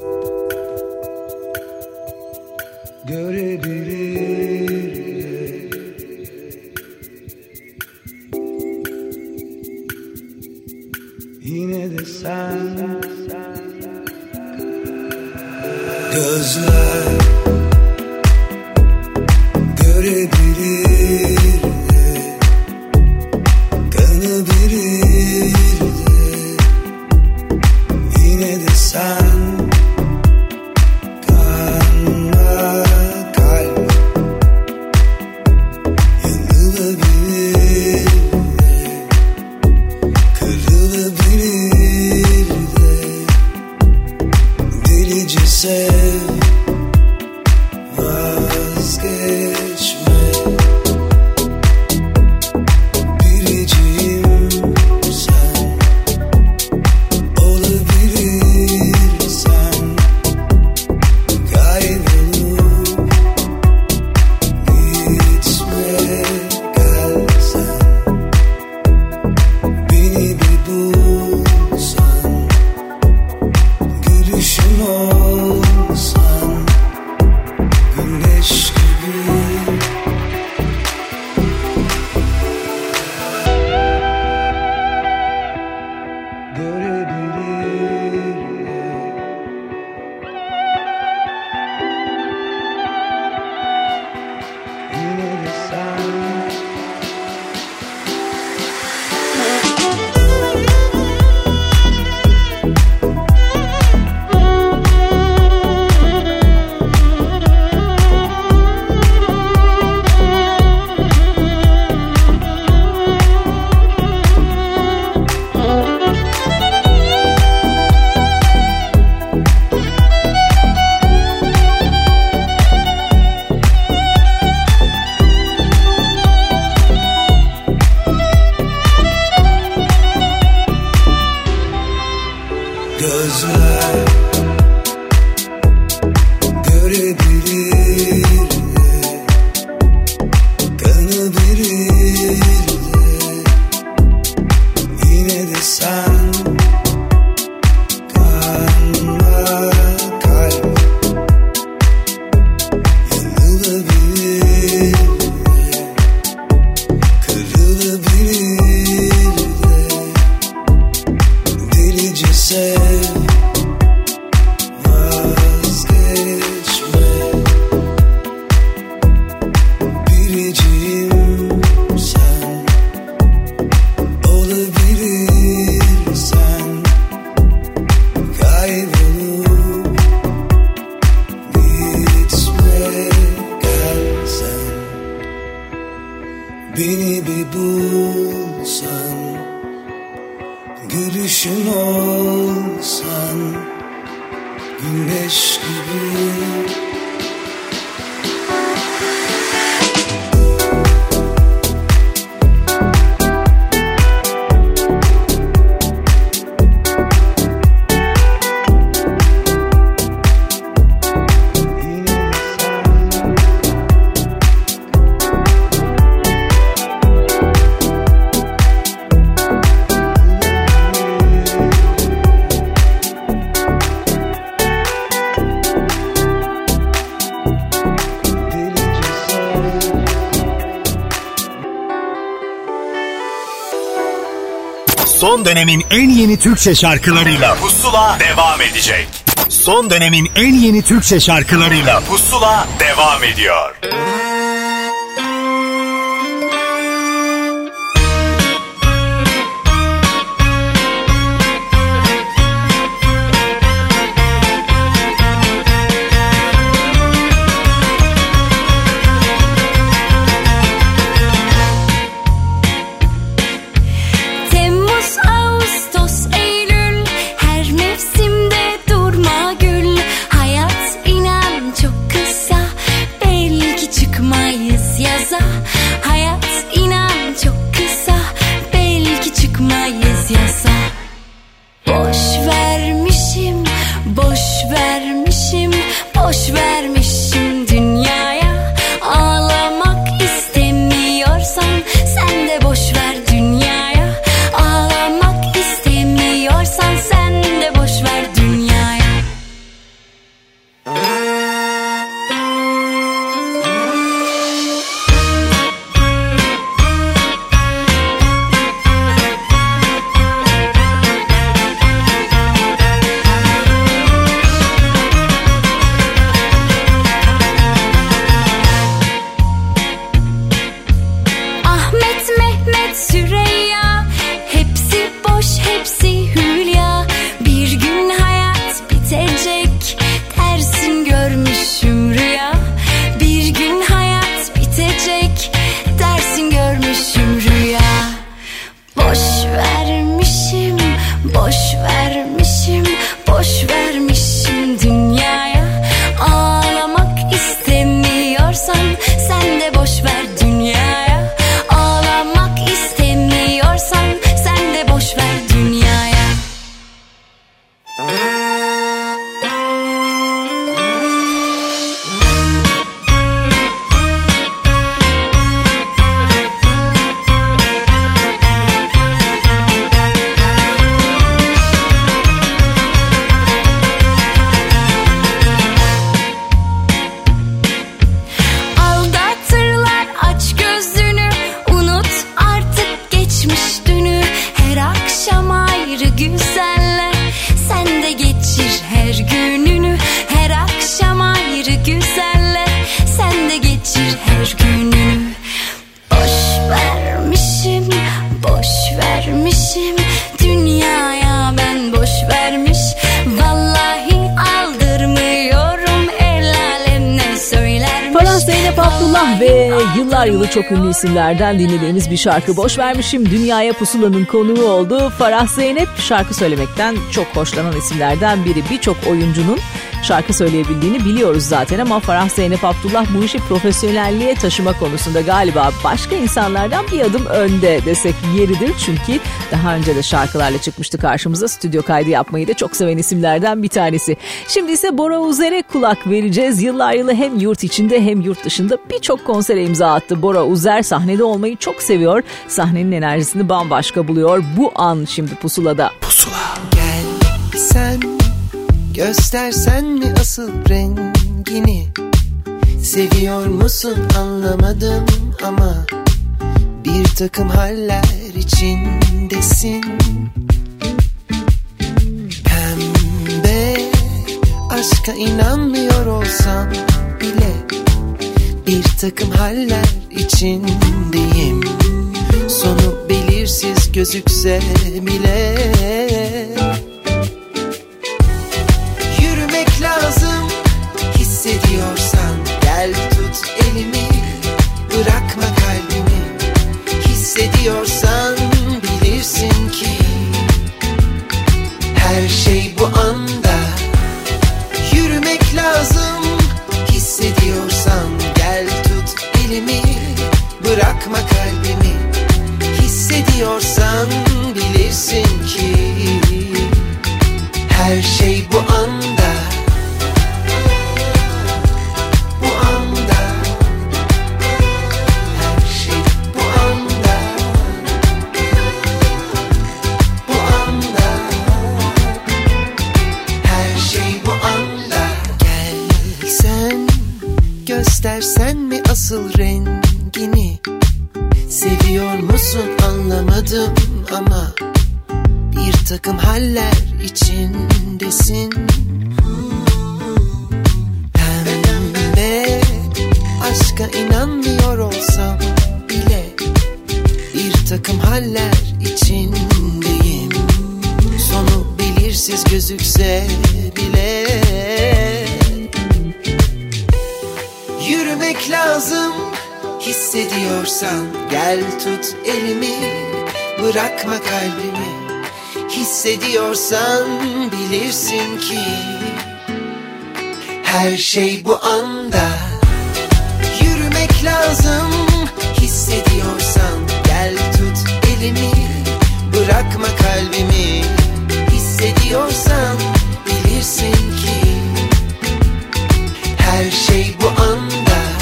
Görebilir yine de sen gözler görebilir de kanabilir de yine de sen kanma kalp yanılabilir de kırılabilir de delice sev vazgeçme biricim sen olabilirsen kaybolup gitme gelsen beni bir bulsan gülüşün olsan güneş gibi görebilir yine de sen gözler görebilir de kanabilir de yine de sen kanma kalp yanılabilir de kırılabilir de delice sev vazgeçme biricim sen olabilirsen kaybolup gitme gelsen beni bir bulsan gülüşün olsan güneş gibi Son dönemin en yeni Türkçe şarkılarıyla Pusula devam edecek. Son dönemin en yeni Türkçe şarkılarıyla Pusula devam ediyor. Çok ünlü isimlerden dinlediğimiz bir şarkı. Boş vermişim dünyaya Pusula'nın konuğu oldu. Farah Zeynep şarkı söylemekten çok hoşlanan isimlerden biri. Birçok oyuncunun şarkı söyleyebildiğini biliyoruz zaten ama Farah Zeynep Abdullah bu işi profesyonelliğe taşıma konusunda galiba başka insanlardan bir adım önde desek yeridir. Çünkü daha önce de şarkılarla çıkmıştı karşımıza. Stüdyo kaydı yapmayı da çok seven isimlerden bir tanesi. Şimdi ise Bora Uzer'e kulak vereceğiz. Yıllar yılı hem yurt içinde hem yurt dışında birçok konsere imza attı. Bora Uzer sahnede olmayı çok seviyor. Sahnenin enerjisini bambaşka buluyor. Bu an şimdi Pusula'da. Pusula. Gel sen göstersen mi asıl rengini? Seviyor musun anlamadım ama bir takım haller içindesin. Pembe aşka inanmıyor olsam bile bir takım haller içindeyim. Sonu belirsiz gözükse bile yürümek lazım. Hissediyorsan gel tut elimi, bırakma kalbimi. Hissediyorsan bilirsin ki her şey bu anda. Yürümek lazım. Hissediyorsan gel tut elimi, bırakma kalbimi. Hissediyorsan bilirsin ki her şey bu anda. Bu anda. Her şey bu anda. Bu anda. Her şey bu anda. Gel sen göstersen mi asıl rengini? Seviyor musun anlamadım ama bir takım haller içindesin. Pembe aşka inanmıyor olsam bile bir takım haller içindeyim. Sonu belirsiz gözükse bile yürümek lazım. Hissediyorsan gel tut elimi, bırakma kalbimi. Hissediyorsan bilirsin ki her şey bu anda. Yürümek lazım. Hissediyorsan gel tut elimi, bırakma kalbimi. Hissediyorsan bilirsin ki her şey bu anda.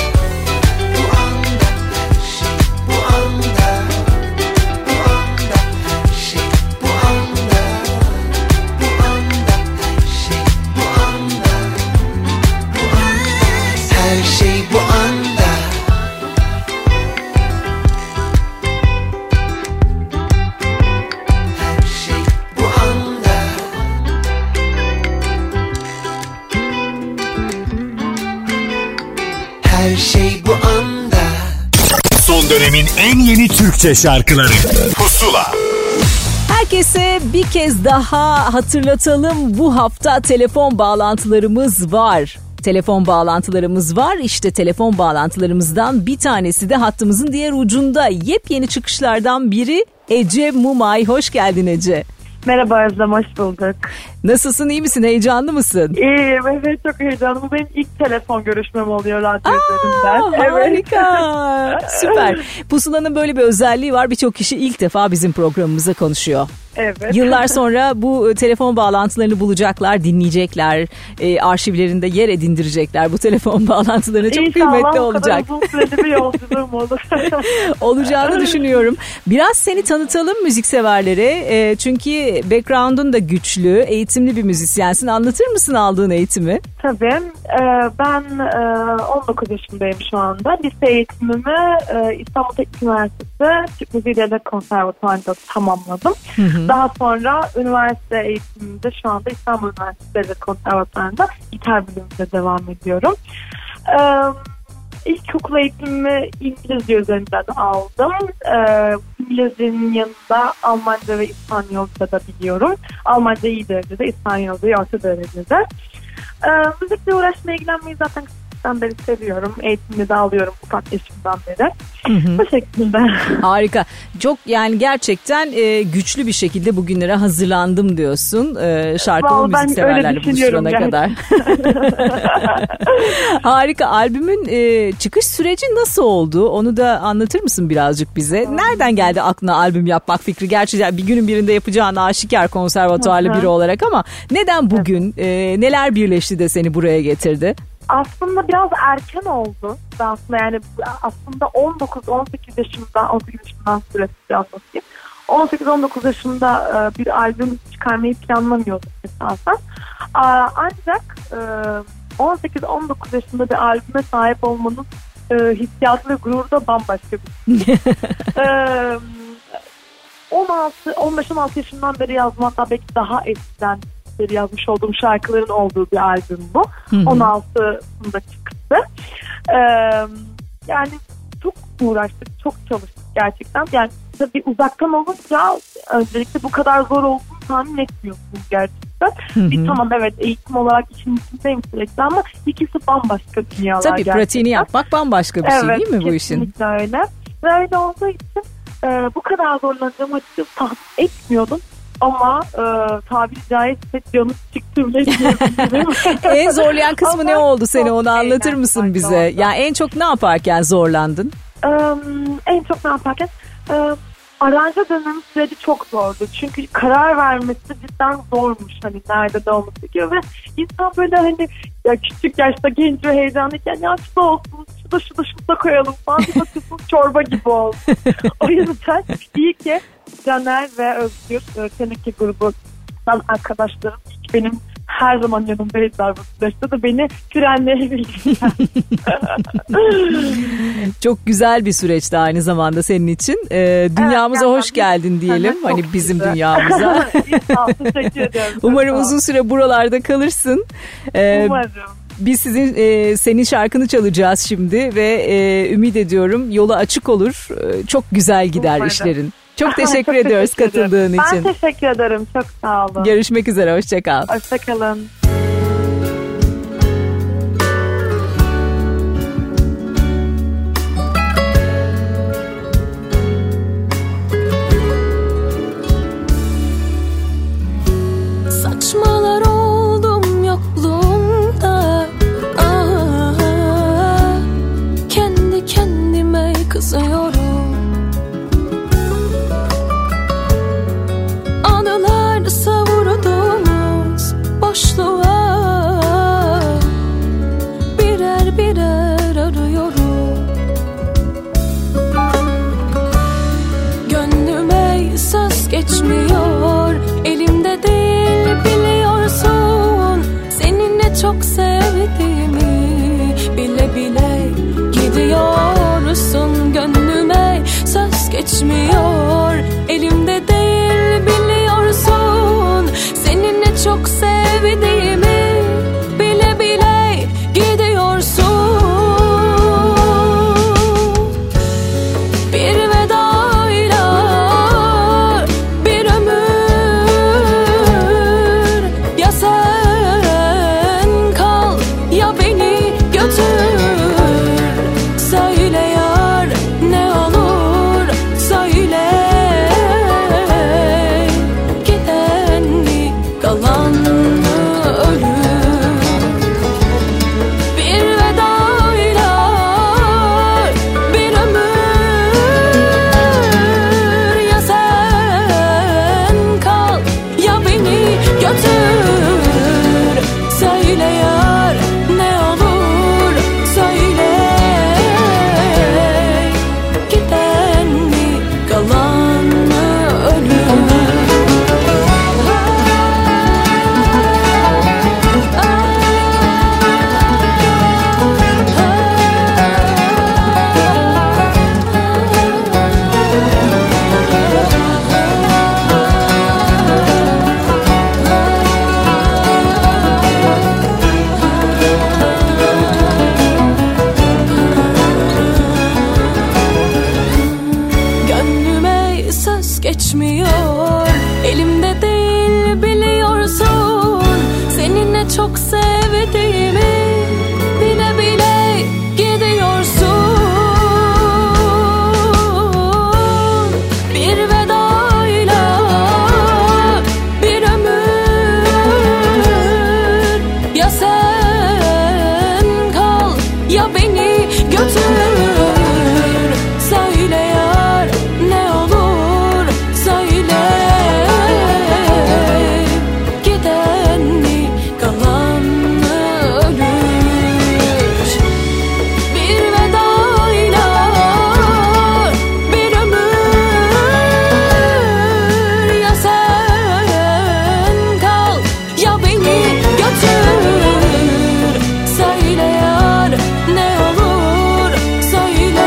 Son dönemin en yeni Türkçe şarkıları Pusula. Herkese bir kez daha hatırlatalım, bu hafta telefon bağlantılarımız var. İşte telefon bağlantılarımızdan bir tanesi de hattımızın diğer ucunda. Yepyeni çıkışlardan biri Ece Mumay. Hoş geldin Ece. Merhaba Özlem, hoş bulduk. Nasılsın, iyi misin, heyecanlı mısın? İyiyim, evet, çok heyecanlı. Bu benim ilk telefon görüşmem oluyor radyo üzerinden. Harika, süper. Pusula'nın böyle bir özelliği var, birçok kişi ilk defa bizim programımıza konuşuyor. Evet. Yıllar sonra bu telefon bağlantılarını bulacaklar, dinleyecekler, arşivlerinde yer edindirecekler bu telefon bağlantılarını. Çok kıymetli olacak. İnşallah o kadar uzun süreli bir yolculuğum olur. Olacağını düşünüyorum. Biraz seni tanıtalım müzikseverlere. Çünkü background'un da güçlü, eğitimli bir müzisyensin. Anlatır mısın aldığın eğitimi? Tabii. Ben 19 yaşındayım şu anda. Lise eğitimimi İstanbul Teknik Üniversitesi Türk Müziği Devlet Konservatuvarı'nda tamamladım. Hı hı. Daha sonra üniversite eğitimimde şu anda İstanbul Üniversitesi Devlet Konservatuvarı'nda gitar bölümünde devam ediyorum. İlkokul eğitimimi İngilizce üzerinden aldım. İngilizcenin yanında Almanca ve İspanyolca da biliyorum. Almanca iyi derecede, İspanyolca orta derecede. Müzikle uğraşmaya, ilgilenmeyi zaten küçükten beri seviyorum. Eğitimini de alıyorum ufak yaşımdan beri. Hı-hı. Bu şekilde. Harika. Çok yani gerçekten güçlü bir şekilde bugünlere hazırlandım diyorsun. Şarkılı müzik severlerle buluşturana kadar. Harika. Albümün çıkış süreci nasıl oldu? Onu da anlatır mısın birazcık bize? Nereden geldi aklına albüm yapmak fikri? Gerçi bir günün birinde yapacağın aşikar konservatuarlı biri olarak ama neden bugün? Neler birleşti de seni buraya getirdi? Aslında biraz erken oldu. Aslında 18 yaşımdan süresi anlatayım. 18-19 yaşında bir albüm çıkarmayı planlamıyordum esasen. Ancak 18-19 yaşında bir albüme sahip olmanın hissiyatı ve gururu da bambaşka bir şey. 15-16 yaşından beri yazdım, hatta belki daha eskiden beri yazmış olduğum şarkıların olduğu bir albüm bu. 16'sında çıktı. Yani çok uğraştık, çok çalıştık gerçekten. Yani tabii uzaktan olunca öncelikle bu kadar zor olduğunu tahmin etmiyorsunuz gerçekten. Bir tamam evet eğitim olarak işin içindeyim sürekli ama ikisi bambaşka dünyalar tabii gerçekten. Pratiğini yapmak bambaşka bir şey değil mi bu işin? Evet, kesinlikle öyle. Ve öyle olduğu için bu kadar zorlanacağımı açıkçası tahmin etmiyordum. Ama tabiri caizse canı çıktı bile. En zorlayan kısmı ne oldu seni, onu anlatır mısın bize? Ya yani en çok ne yaparken zorlandın? En çok ne yaparken? Aranje dönemi süreci çok zordu. Çünkü karar vermesi cidden zormuş. Hani nerede ne olması gerekiyor ve insan böyle hani ya küçük yaşta genç ve heyecanlıyken ya şu da olsun, şu da koyalım falan. Bir bakıyorsun çorba gibi oldu. O yüzden iyi ki Caner ve Özgür Teneke grubundan arkadaşlarım benim her zaman yanımdaydılar bu süreçte de beni frenleyebildiler. Çok güzel bir süreçti aynı zamanda senin için. Dünyamıza hoş geldin diyelim. Hani bizim dünyamıza. Teşekkür ediyorum. Umarım uzun süre buralarda kalırsın. Umarım. Biz senin şarkını çalacağız şimdi ve ümit ediyorum yolu açık olur. Çok güzel gider umarım. İşlerin. Çok teşekkür ediyoruz katıldığın için. Ben teşekkür ederim. Çok sağ olun. Görüşmek üzere. Hoşça kal. Hoşça kalın. Saçmalar oldum yokluğunda. Kendi kendime kızıyorum. Anılar savurduğumuz boşluğa birer birer arıyorum. Gönlüme söz geçmiyor, elimde değil biliyorsun. Seninle çok sevdiğimi bile bile gidiyorsun. Gönlüme söz geçmiyor, elimde değil biliyorsun. Seninle çok sevdiğimi bile bile gidiyorsun. Bir vedayla bir ömür, ya sen kal ya beni götür. Söyle yar ne olur söyle, giden mi kalan mı ölür? Bir vedayla bir ömür, ya sen kal ya beni götür. Söyle yar ne olur söyle, giden mi kalan mı ölür? Gönlüme söz geçmiyor, elimde değil biliyorsun. Seninle çok sevdiğimi bile bile gidiyorsun. Bir vedayla bir ömür, ya sen kal ya beni götür. Söyle yar ne olur söyle, giden mi kalan mı ölür? Bir vedayla bir ömür, ya sen kal ya beni götür. Söyle yar ne olur söyle,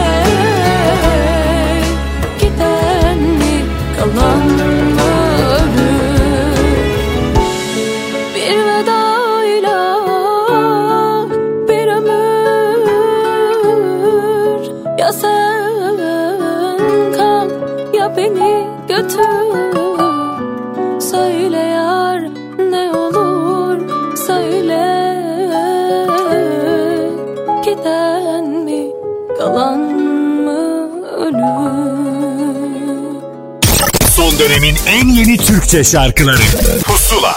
giden mi kalan mı ölür? Bir vedayla bir ömür, ya sen kal ya beni götür. Söyle yar ne olur söyle, giden mi kalan mı ölür? Son dönemin en yeni Türkçe şarkıları Pusula.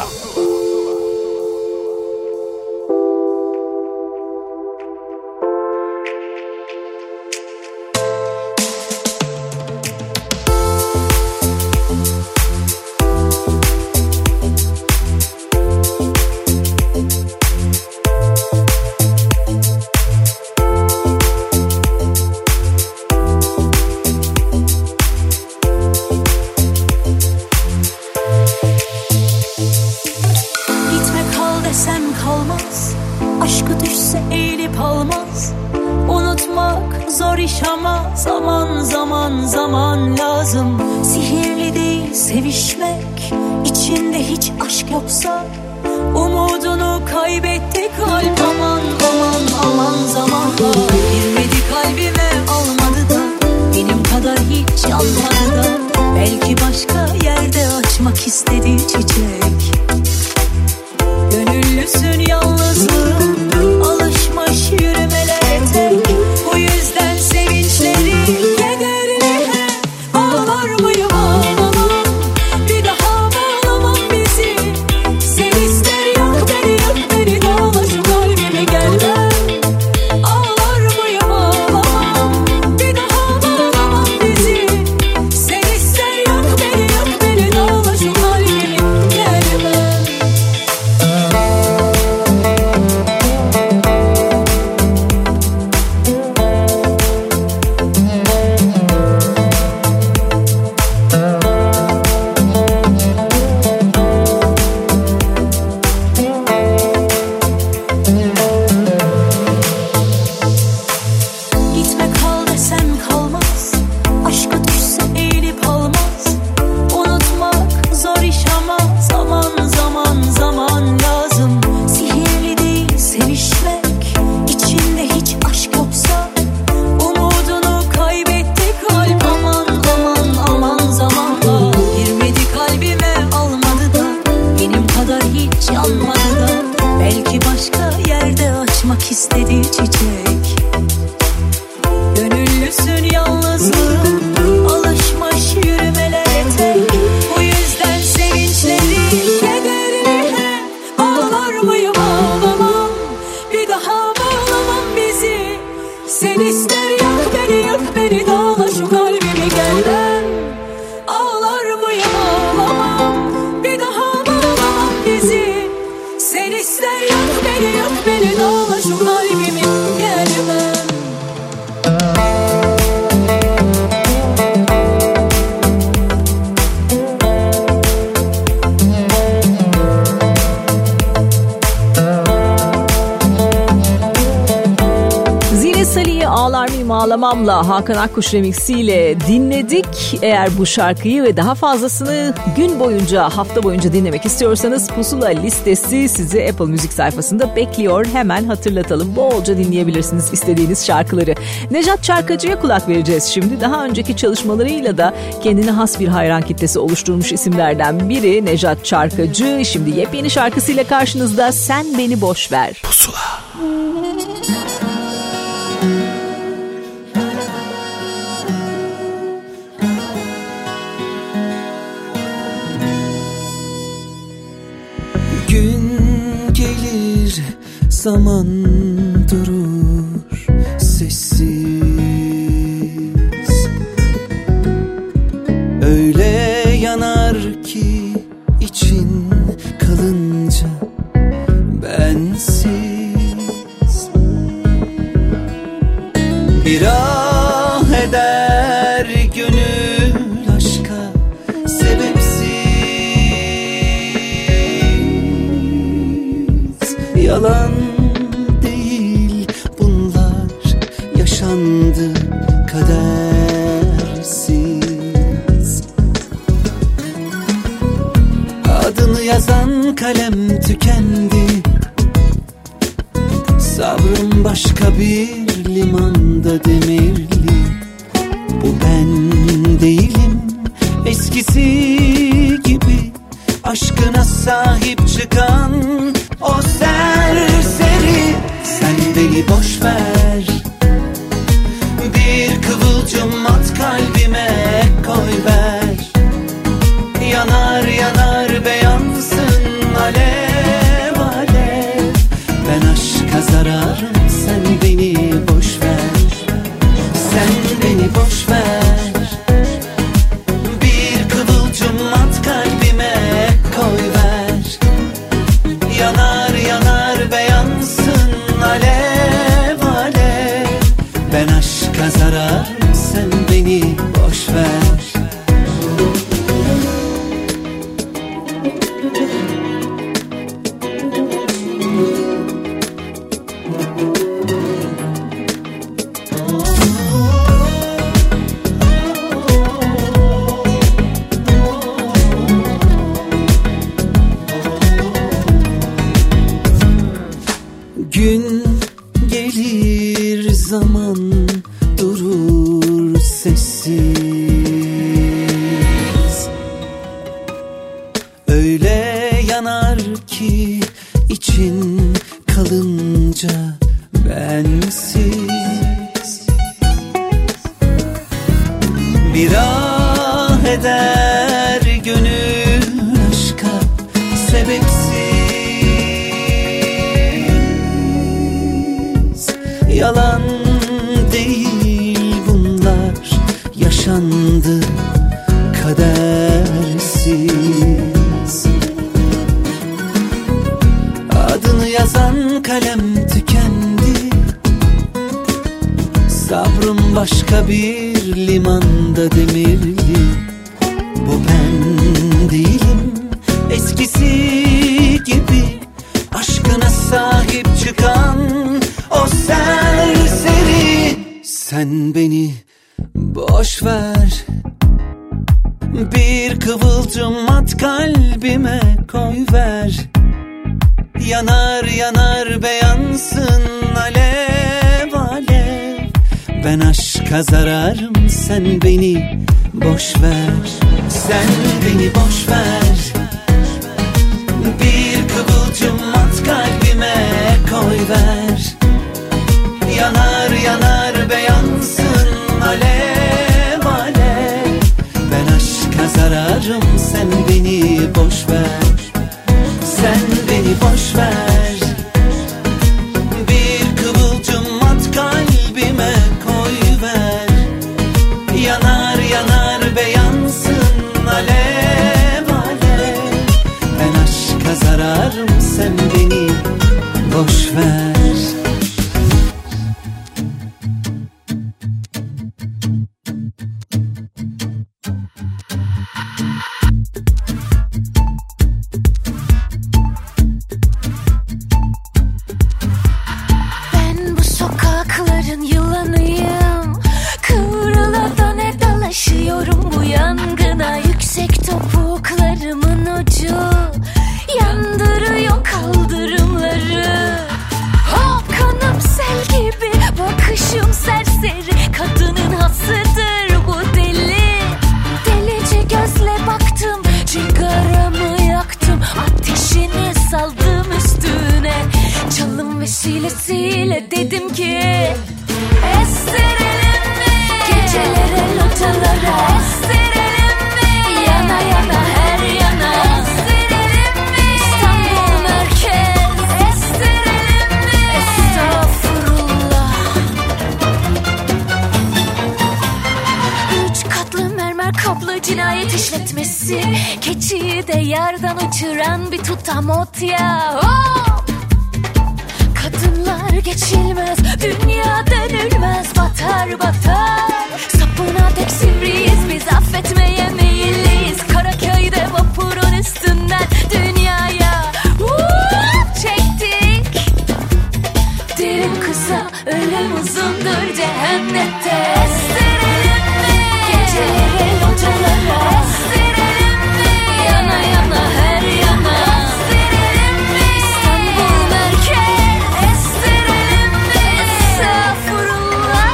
Zaman zaman lazım. Sihirli değil sevişmek, içinde hiç aşk yoksa umudunu kaybetti kalp. Aman aman aman zamanla girmedi kalbime, almadı da benim kadar hiç yanmadı da. Belki başka yerde açmak istedi çiçek. Gönüllüsün yalnızlığın, alışmış yürümelere tek. Bu yüzden sevinçleri kederli hep. Ağlar mıyım ağlamam, bir daha bağlamam bizi. Sen ister yak beni dağla şu kalbime gelmem. Ağlar mıyım ağlamam, bir daha bağlamam bizi. Sen ister yak beni dağla şu kalbime gelmem. Gitme kal desem kalmaz, aşka düşse eğilip almaz. Unutmak zor iş ama zaman zaman zaman lazım. Sihirli değil sevişmek, içinde hiç aşk yoksa umudunu kaybetti kalp. Aman aman aman zamanla girmedi kalbime, almadı da benim kadar hiç yanmadı da. Belki başka yerde açmak istedi çiçek. Gönüllüsün yalnızlığın, alışmış yürümelere tek. Bu yüzden sevinçleri kederli hep. Ağlar mıyım ağlamam, bir daha bağlamam bizi. Sen ister yak beni dağla şu kalbime gelmem. Ağlar mıyım ağlamam, bir daha bağlamam bizi. Sen ister yak beni dağla şu kalbime gelmem. Zine Salih'i Ağlar Mıyım Ağlamam'la Hakan Akkuş remixiyle dinledik. Eğer bu şarkıyı ve daha fazlasını gün boyunca, hafta boyunca dinlemek istiyorsanız Pusula listesi sizi Apple Müzik sayfasında bekliyor. Hemen hatırlatalım. Bolca dinleyebilirsiniz istediğiniz şarkıları. Nejat Çarkacı'ya kulak vereceğiz şimdi. Daha önceki çalışmalarıyla da kendine has bir hayran kitlesi oluşturmuş isimlerden biri Nejat Çarkacı. Şimdi yepyeni şarkısıyla karşınızda, Sen Beni Boş Ver. Pusula. Gün gelir, zaman durur, sessiz. Öyle yanar ki için kalınca bensiz. Bir ah eder gönül aşka sebepsiz. Yalan değil bunlar, yaşandı kadersiz. Adını yazan kalem tükendi, sabrım başka bir limanda demirli. Bu ben değilim eskisi gibi, aşkına sahip çıkan o serseri. Sen beni boş ver, bir kıvılcım at kalbime koy ver. Yanar yanar beyansın alev alev. Ben aşka zararım, sen beni boş ver. Sen beni boş ver, bir kıvılcım at kalbime koy ver. Yanar yanar beyansın alev kadersiz. Öyle yanar ki için kalınca bensiz. Bir ah eder gönül aşka sebepsiz. Yalan değil bunlar, yaşandı kadersiz. Adını yazan kalem tükendi, sabrım başka bir limanda demirli. Bu ben değilim eskisi gibi, aşkına sahip çıkan o serseri. Sen beni boş ver, bir kıvılcım at kalbime koy ver. Yanar yanar beyansın alev alev. Ben aşka zararım, sen beni boş ver. Sen beni boş ver, bir kıvılcım at kalbime koy ver. Yanar yanar beyansın alev alev. Ben aşka zararım, sen beni boş ver. Sen beni boş ver, bir kıvılcım at kalbime koy ver. Yanar yanar beyansın alev alev. Ben aşka zararım, sen beni boş ver. Dedim ki estirelim mi? Gecelere lotalara estirelim mi? Yana yana her yana estirelim mi? İstanbul merkez estirelim mi? Estağfurullah. 3 katlı mermer kaplı cinayet işletmesi, keçiyi de yerden uçuran bir tutam ot ya. Kadınlar geçilmez, dünya dönülmez, batar batar. Sapına tek sivriyiz biz, affetmeye meyilliyiz. Karaköy'de vapurun üstünden dünyaya çektik. Derim kısa, ölüm uzundur cehennette. Estirelim mi? Geceleri localara estirelim mi? Yana yana her yana estirelim mi? İstanbul merkez estirelim mi? Estağfurullah.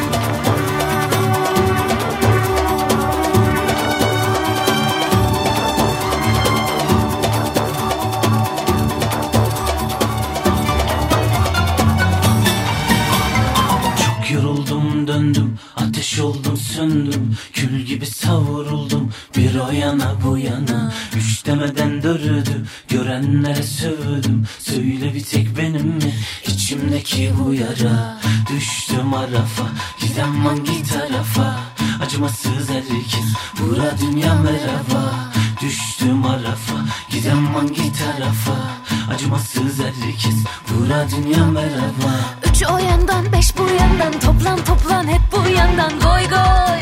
Çok yoruldum döndüm, ateş oldum söndüm, kül gibi savruldum bir o yana bu yana. 3 demeden 4'ü görenlere sövdüm. Söyle bir tek benim mi içimdeki bu yara? Düştüm arafa, giden hangi tarafa? Acımasız herkes, bura dünya merhaba. Düştüm arafa, giden hangi tarafa? Acımasız herkes, bura dünya merhaba. 3 o yandan 5 bu yandan, toplan toplan hep bu yandan, goy goy.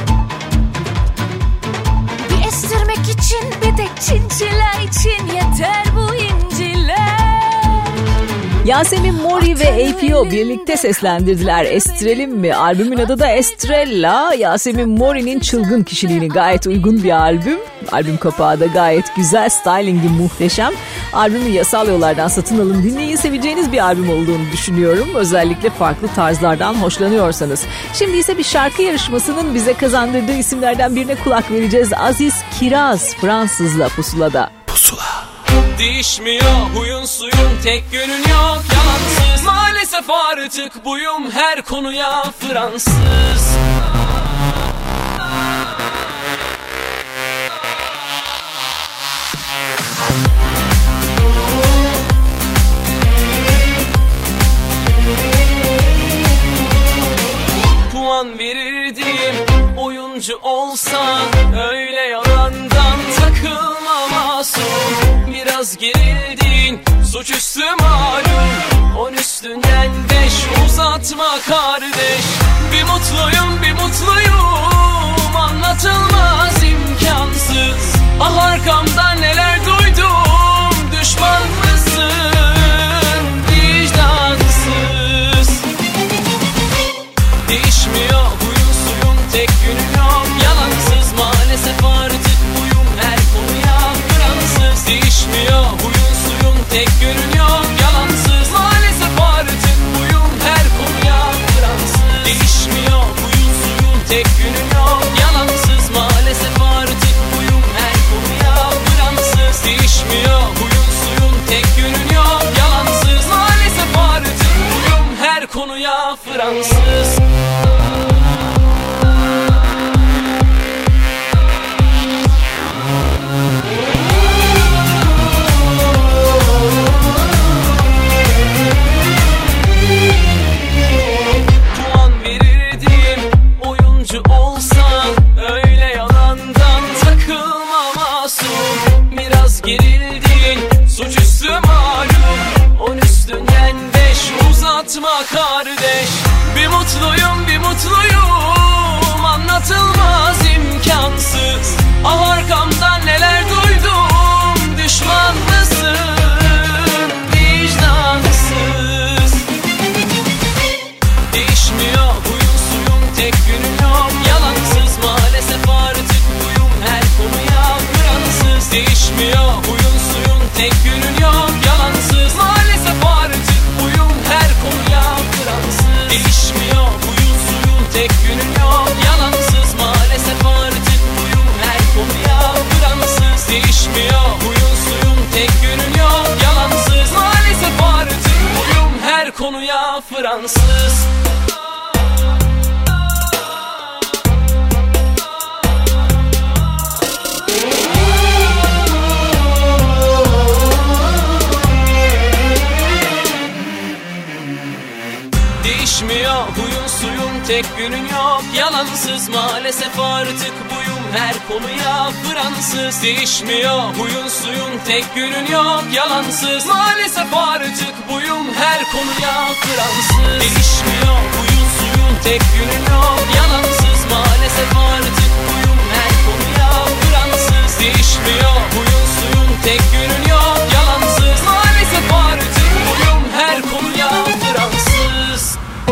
Bir estirmek için, bir de çinçiler için yeter bu inciler. Yasemin Mori ve APO birlikte seslendirdiler. Estrel'im mi? Albümün adı da Estrella. Yasemin Mori'nin çılgın kişiliğine gayet uygun bir albüm. Albüm kapağı da gayet güzel, stylingi muhteşem. Albümü yasal yollardan satın alın, dinleyin, seveceğiniz bir albüm olduğunu düşünüyorum. Özellikle farklı tarzlardan hoşlanıyorsanız. Şimdi ise bir şarkı yarışmasının bize kazandırdığı isimlerden birine kulak vereceğiz. Aziz Kiraz, Fransızla Pusula'da. Pusula. Değişmiyor huyun suyun, tek yönün yok yalansız. Maalesef artık buyum her konuya Fransız. Puan verirdim oyuncu olsan, öyle yalandan takılma masum. Biraz gerildin, suçüstü malum. 10 üstünden 5 uzatma kardeş. Bir mutluyum anlatılmaz imkansız. Ah arkamdan neler duydum, düşman mısın vicdansız. Değişmiyor huyun suyun, tek yönün yok yalansız. Maalesef artık buyum her konuya Fransız. Değişmiyor huyun suyun, tek yönün yok yalansız. Maalesef artık buyum her konuya Fransız. Değişmiyor huyun suyun, tek yönün yok yalansız. Maalesef artık buyum her konuya Fransız. Değişmiyor huyun suyun, tek yönün yok yalansız. Maalesef artık buyum her konuya Fransız. Puan verirdim oyuncu olsan, öyle yalandan takılma masum. Biraz gerildin, suçüstü malum. 10 üstünden 5 uzatma kardeş. Bir mutluyum anlatılmaz imkansız. Ah arkamdan neler duydum, düşman mısın vicdansız. Değişmiyor huyun suyun, tek yönün yok yalansız. Maalesef artık buyum her konuya Fransız. Değişmiyor huyun suyun, tek yönün yok yalansız. Maalesef artık buyum her konuya Fransız. Değişmiyor huyun suyun, tek yönün yok yalansız. Maalesef artık buyum her konuya Fransız. Değişmiyor huyun suyun, tek yönün yok yalansız. Maalesef artık buyum her konuya Fransız. Değişmiyor huyun suyun, tek yönün yok yalansız. Maalesef artık buyum her konuya Fransız. Değişmiyor huyun suyun, tek yönün yok yalansız. Maalesef artık buyum her konuya Fransız. Değişmiyor huyun suyun, tek yönün yok yalansız. Maalesef artık buyum her konuya Fransız. Değişmiyor huyun suyun, tek yönün yok yalansız. Maalesef artık buyum her konuya Fransız.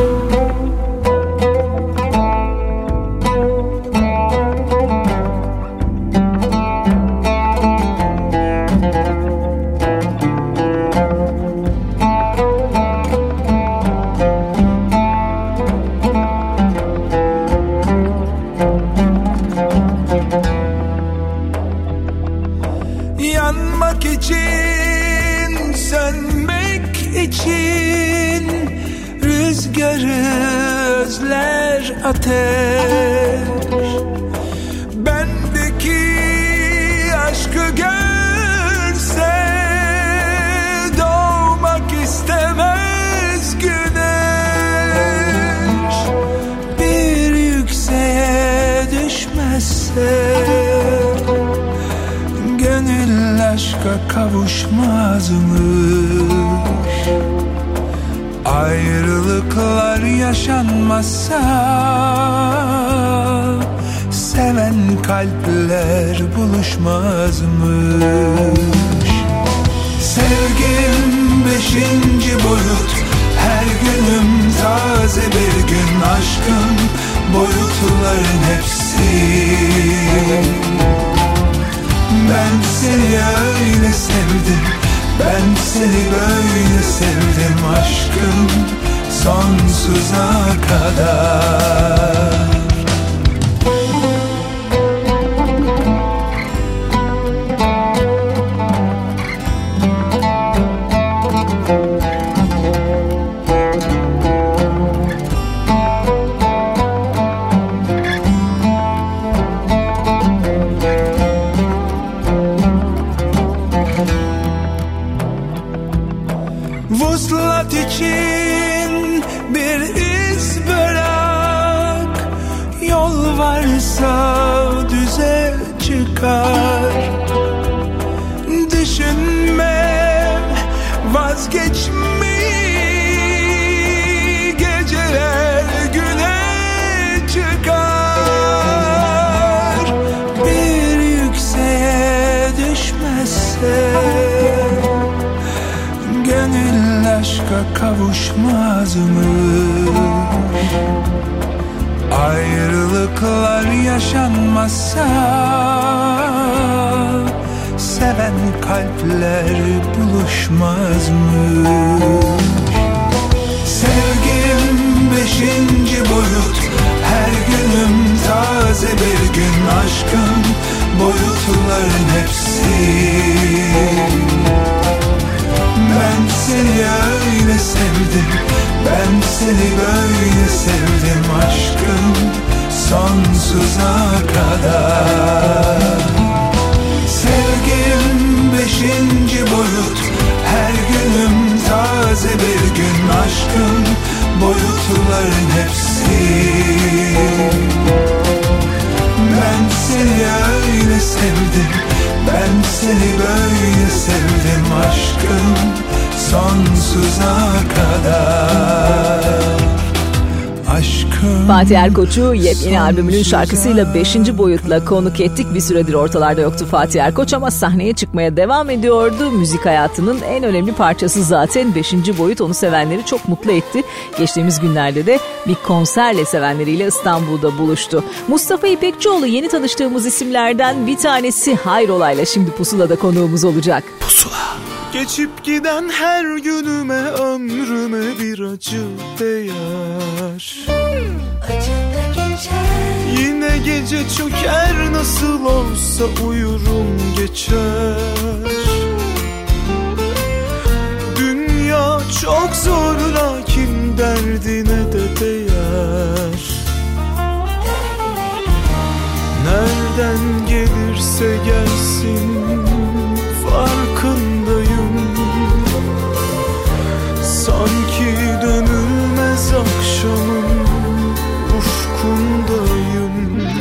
Yanmak için, sönmek için rüzgarı özler ateş. Bendeki aşkı görse doğmak istemez güneş. Bir yükseğe düşmezse gönül aşka kavuşmazmış. Ayrılıklar yaşanmazsa seven kalpler buluşmazmış. Sevgim beşinci boyut. Her günüm taze bir gün, aşkın boyutların hepsi. Ben seni öyle sevdim, ben seni böyle sevdim, aşkım sonsuza kadar. Vuslat için bir iz bırak, yol varsa düze çıkar. Düşünme, vazgeçmeyi, geceler güne çıkar. Bir yükseğe düşmezse gönül aşka kavuşmaz mı? Ayrılıklar yaşanmazsa seven kalpler buluşmaz mı? Sevgim beşinci boyut. Her günüm taze bir gün, aşkın boyutların hepsi. Ben seni öyle sevdim, ben seni böyle sevdim, aşkım sonsuza kadar. Sevgim beşinci boyut. Her günüm taze bir gün, aşkın boyutların hepsi. Ben seni öyle sevdim, ben seni böyle sevdim, aşkım sonsuza kadar. Aşkım. Fatih Erkoç'u yepyeni albümünün şarkısıyla 5. boyutla konuk ettik. Bir süredir ortalarda yoktu Fatih Erkoç ama sahneye çıkmaya devam ediyordu. Müzik hayatının en önemli parçası zaten 5. boyut. Onu sevenleri çok mutlu etti. Geçtiğimiz günlerde de bir konserle sevenleriyle İstanbul'da buluştu. Mustafa İpekçioğlu yeni tanıştığımız isimlerden bir tanesi. Hayrola'yla şimdi Pusula'da konuğumuz olacak. Pusula. Geçip giden her günüme, ömrüme bir acı değer. Yine gece çöker, nasıl olsa uyurum geçer. Dünya çok zor, lakin derdine de değer. Nereden gelirse gelsin farkındayım. Sanki dönülmez akşamın ufkundayım.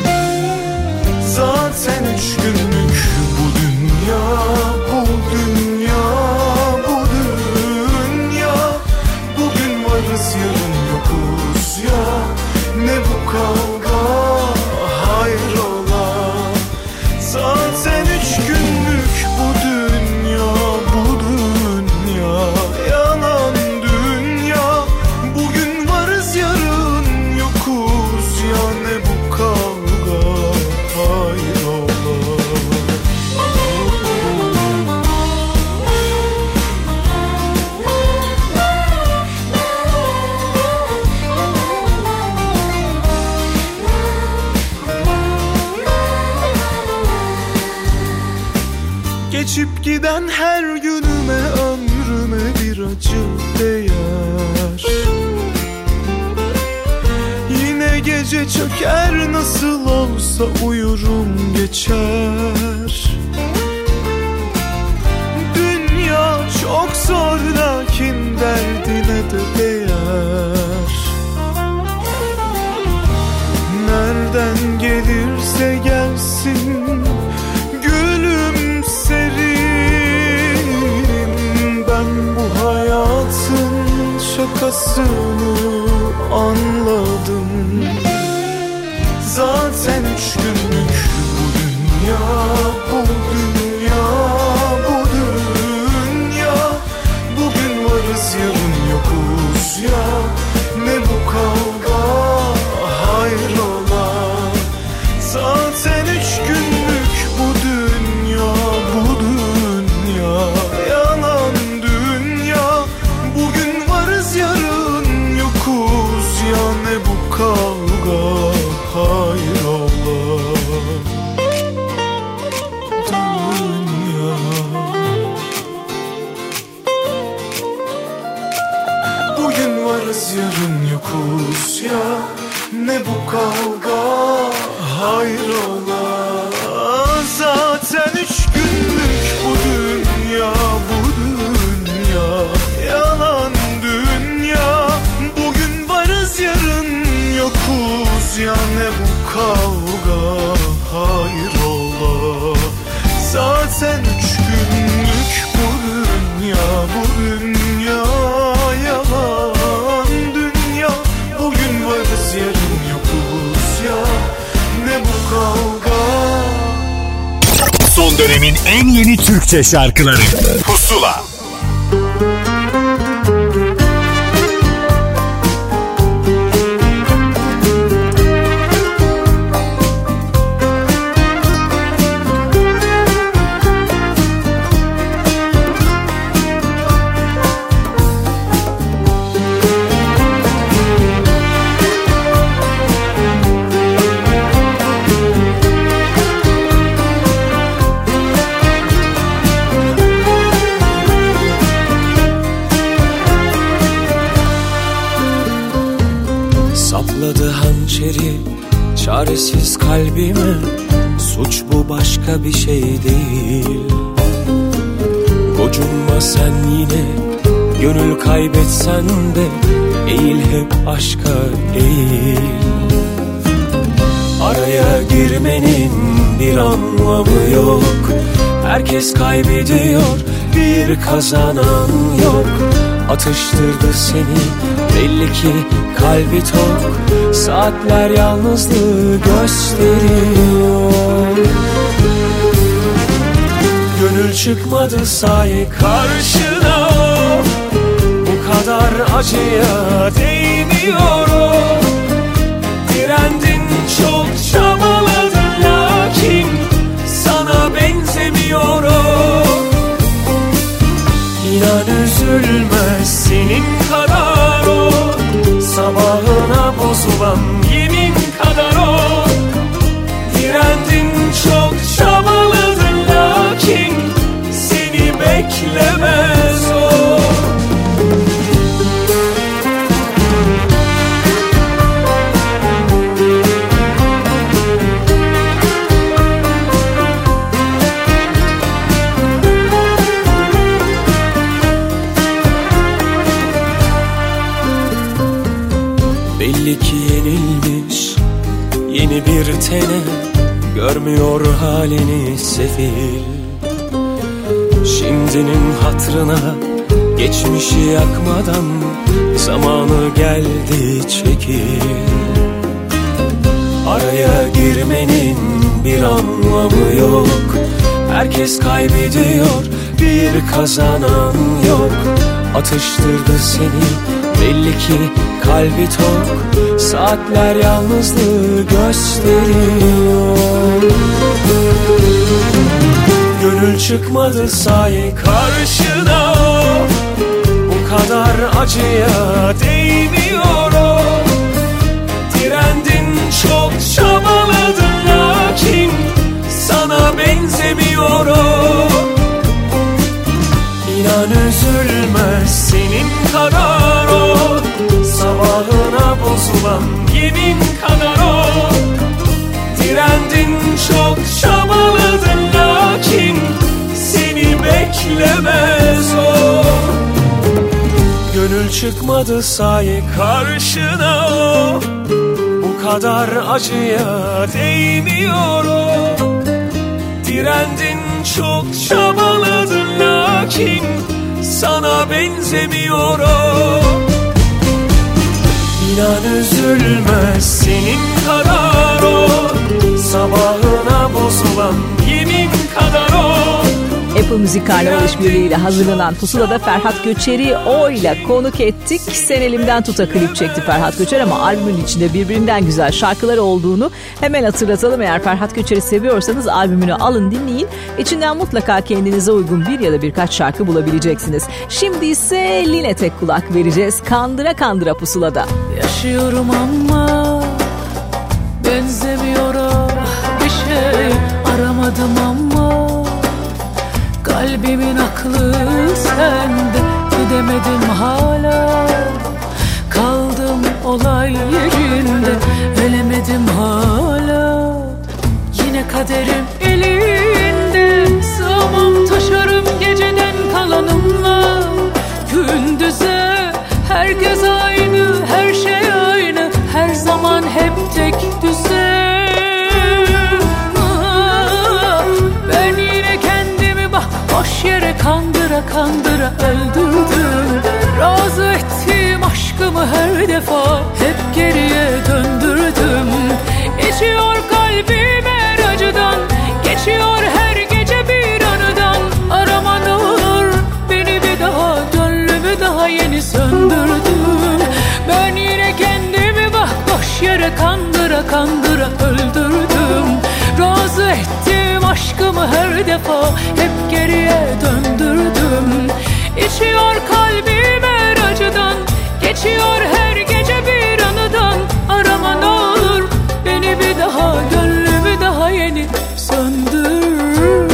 Zaten 3 günlük bu dünya, bu dünya, bu dünya. Bugün varız yarın yokuz ya. Ne bu kavga, hayrola. Zaten 3 günlük bu dünya, bu dünya. Yalan dünya. Bugün varız yarın yokuz ya. Ne bu kavga, hayrola. Geçip giden her günüme, ömrüme bir acı değer. Yine gece çöker, nasıl olsa uyurum geçer. Dünya çok zor, lakin derdine de değer. Nereden gelirse gelsin ben bu hayatın şakasını anladım. Zaten 3 günlük bu dünya, bu dünya, bu dünya. Bugün Zaten 3 günlük bu dünya, bu dünya yalan dünya. Bugün varız yarın yokuz ya, ne bu kavga hayrola. Dünya. Bugün varız yarın yokuz ya, ne bu kavga hayrola. Zaten 3 günlük bu dünya, bu dünya yalan dünya. Bugün varız yarın yokuz ya, ne bu kavga hayrola. Zaten 3 günlük bu dünya, bu dünya yalan dünya. Bugün varız yarın yokuz ya, ne bu kavga. Son dönemin en yeni Türkçe şarkıları Pusula. Sapladı hançeri çaresiz kalbime. Suç bu, başka bir şey değil. Gocunma sen yine, gönül kaybetsen de eğil hep aşka eğil. Araya girmenin bir anlamı yok. Herkes kaybediyor, bir kazanan yok. Atıştırdı seni, belli ki kalbi tok. Saatler yalnızlığı gösteriyor. Gönül çıkmadı sahi karşına, bu kadar acıya değmiyor o. Direndin çok, çabaladın, lakin sana benzemiyor o. İnan üzülmez senin kadar o, sabahına bozulan yemin kadar o. Direndin çok, çabaladın, lakin seni beklemez o. Belli ki yenilmiş yeni bir tene, görmüyor halini sefil. Şimdinin hatrına geçmişi yakmadan zamanı geldi, çekil. Araya girmenin bir anlamı yok. Herkes kaybediyor, bir kazanan yok. Atıştırdı seni, belli ki kalbi tok. Saatler yalnızlığı gösteriyor. Gönül çıkmadı sahi karşına, bu kadar acıya değmiyor o. Direndin çok, çabaladın, lakin sana benzemiyor o. İnan üzülmez senin kadar o, sabahına bozulan yemin kadar o. Direndin çok, çabaladın, lakin seni beklemez o. Gönül çıkmadı sahi karşına o, bu kadar acıya değmiyor o. Direndin çok, çabaladın, lakin sana benzemiyor o. İnan üzülmez senin kadar o, sabahına bozulan yemin kadar o. Apple Müzik Karnaval İşbirliği ile hazırlanan Pusula'da Ferhat Göçer'i O ile konuk ettik. Sen elimden tuta klip çekti Ferhat Göçer ama albümün içinde birbirinden güzel şarkılar olduğunu hemen hatırlatalım. Eğer Ferhat Göçer'i seviyorsanız albümünü alın dinleyin. İçinden mutlaka kendinize uygun bir ya da birkaç şarkı bulabileceksiniz. Şimdi ise Line tek kulak vereceğiz. Kandıra kandıra Pusula'da. Yaşıyorum ama benzemiyorum, bir şey aramadım ama kalbimin aklı sende, gidemedim hala, kaldım olay yerinde, ölemedim hala, yine kaderim elinde, sığmam taşarım geceden kalanımla, gündüze herkes aynı, her şey aynı, her zaman hep tek düze. Ben yine kendimi bak boş yere kandıra kandıra öldürdüm. Razı ettiğim aşkımı her defa hep geriye döndürdüm. İçiyor kalbim her acıdan, geçiyor her gece bir anıdan. Arama ne olur beni bir daha, gönlümü daha yeni söndürdüm. Ben yine kendimi bak boş yere kandıra kandıra öldürdüm. Razı ettim aşkımı her defa hep geriye döndürdüm. İçiyor kalbim her acıdan, geçiyor her gece bir anıdan. Arama ne olur beni bir daha, gönlümü daha yeni söndürdüm.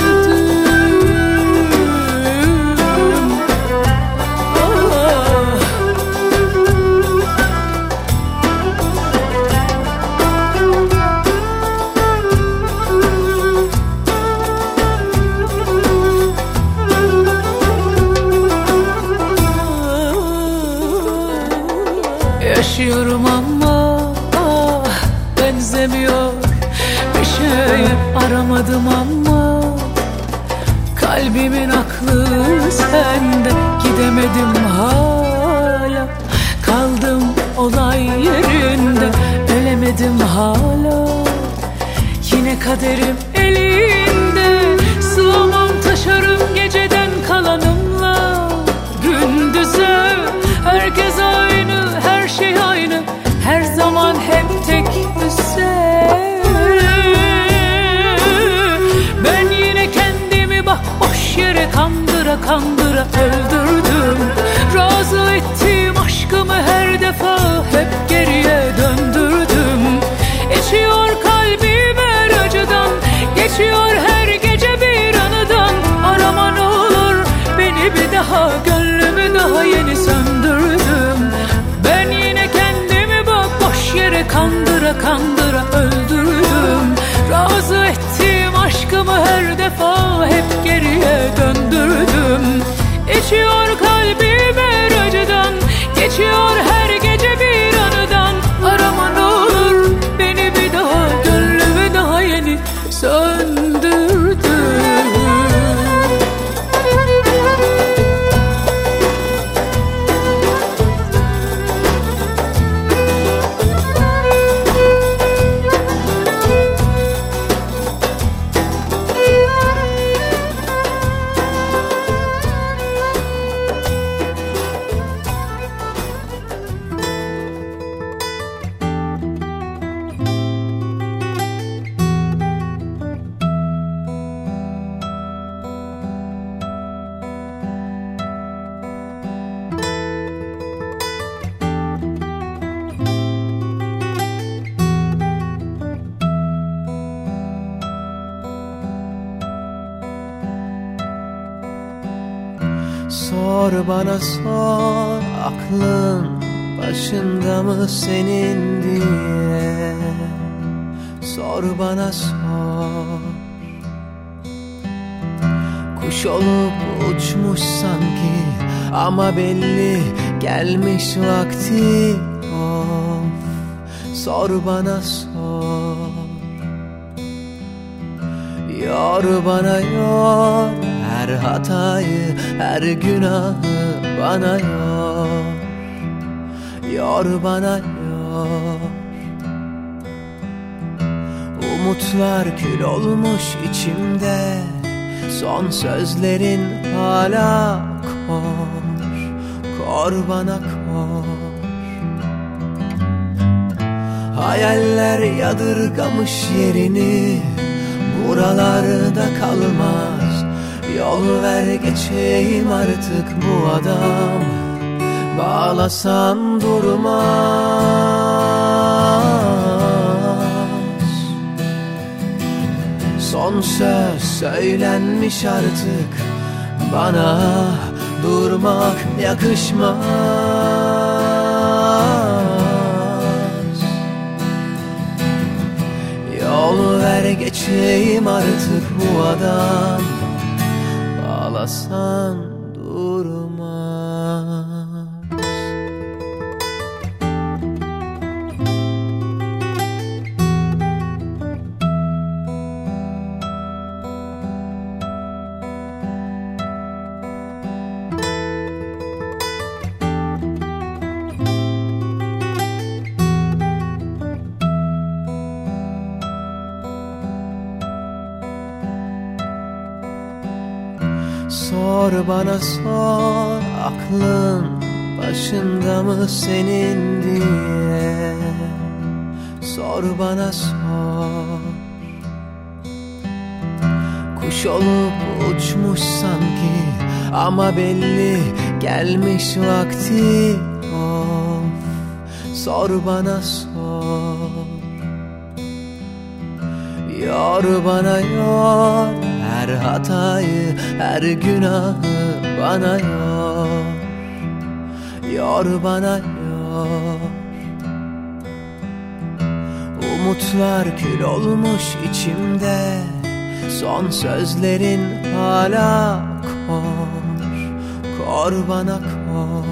Yaşıyorum ama benzemiyor, bir şey aramadım ama kalbimin aklı sende, gidemedim hala, kaldım olay yerinde, ölemedim hala, yine kaderim elinde, sığmam taşarım geceden kalanımla, gündüze herkes aynı, her şey aynı, her zaman hep tek düze. Ben yine kendimi bak boş yere kandıra kandıra öldürdüm. Razı ettiğim aşkımı her defa hep geriye döndürdüm. İçiyor kalbim her acıdan, geçiyor her gece bir anıdan. Arama ne olur beni bir daha, gönlümü daha yeni söndürdüm. Ben yine kendimi bak boş yere kandıra kandıra öldürdüm. Razı ettiğim aşkımı her defa hep geriye döndürdüm. İçiyor kalbim her acıdan, geçiyor her gece bir anıdan. Arama ne olur beni bir daha, gönlümü daha yeni söndürdüm. Sor bana sor, aklın başında mı senin diye. Sor bana sor. Kuş olup uçmuş sanki, ama belli gelmiş vakti. Of, sor bana sor. Yor bana yor, her hatayı, her günahı bana yor. Yor bana yor. Umutlar kül olmuş içimde, Son sözlerin hala kor bana kor. Hayaller yadırgamış yerini, buralarda kalmaz. Yol ver geçeyim artık bu adam, bağlasan durmaz. Son söz söylenmiş artık, bana durmak yakışmaz. Yol ver geçeyim artık bu adam, bağlasan durmaz. Sor bana sor, aklın başında mı senin diye. Sor bana sor. Kuş olup uçmuş sanki, ama belli gelmiş vakti. Of, sor bana sor. Yor bana yor, her hatayı, her günahı bana yor. Yor bana yor. Umutlar kül olmuş içimde, son sözlerin hala kor bana kor.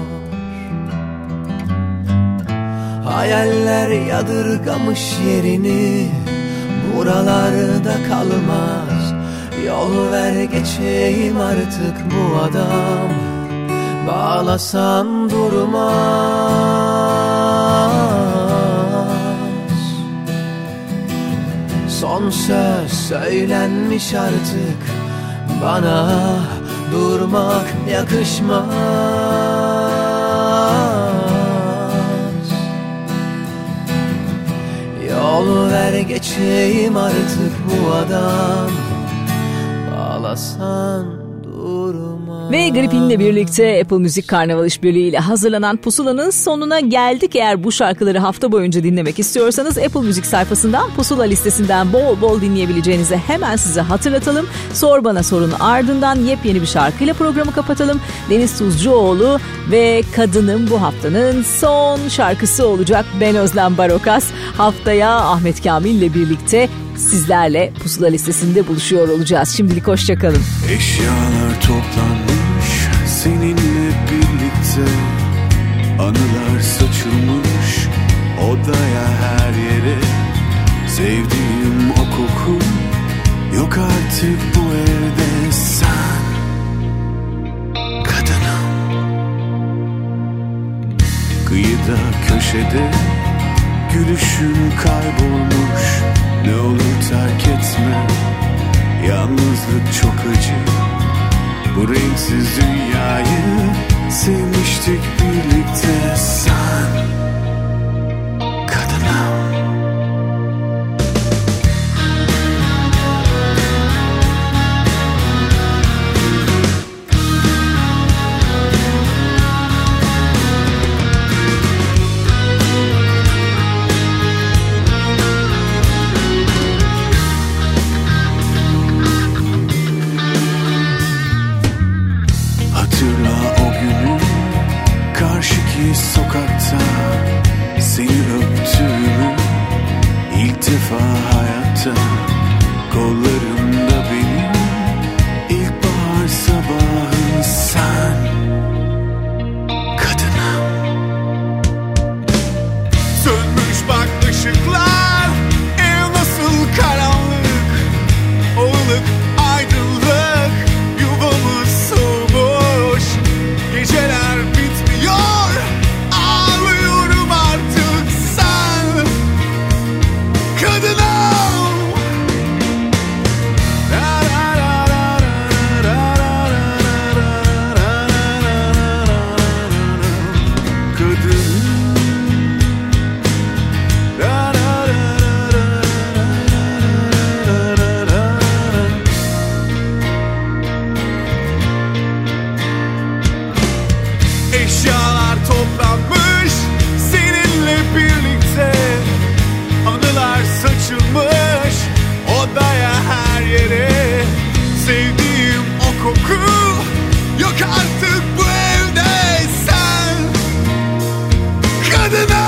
Hayaller yadırgamış yerini, buralarda kalmaz. Yol ver geçeyim artık bu adam, bağlasan durmaz. Son söz söylenmiş artık, bana durmak yakışmaz. Yol ver geçeyim artık bu adam, bağlasan durma. Ve Gripin'le birlikte Apple Müzik Karnaval İşbirliği ile hazırlanan Pusula'nın sonuna geldik. Eğer bu şarkıları hafta boyunca dinlemek istiyorsanız Apple Müzik sayfasından Pusula listesinden bol bol dinleyebileceğinizi hemen size hatırlatalım. Sor Bana Sor'un ardından yepyeni bir şarkıyla programı kapatalım. Deniz Tuzcuoğlu ve Kadınım bu haftanın son şarkısı olacak. Ben Özlem Barokas. Haftaya Ahmet Kamil ile birlikte sizlerle Pusula listesinde buluşuyor olacağız. Şimdilik hoşçakalın. Eşyalar toplanmış seninle birlikte, anılar saçılmış odaya her yere. Sevdiğim o koku yok artık bu evde. Sen kadınım, kıyıda köşede gülüşün kaybolmuş. Ne olur terk etme, yalnızlık çok acı. Bu renksiz dünyayı sevmiştik birlikte. Sen kadınım. Sokakta seni öptüğümü ilk defa hayatta, kollarımda benim ilkbahar sabahın. Sen kadınım. Sönmüş bak ışıklar, ev nasıl karanlık, olup aydınlık, yuvamız soğumuş, geceler bitmiyor. yok artık bu evde sen kadınım.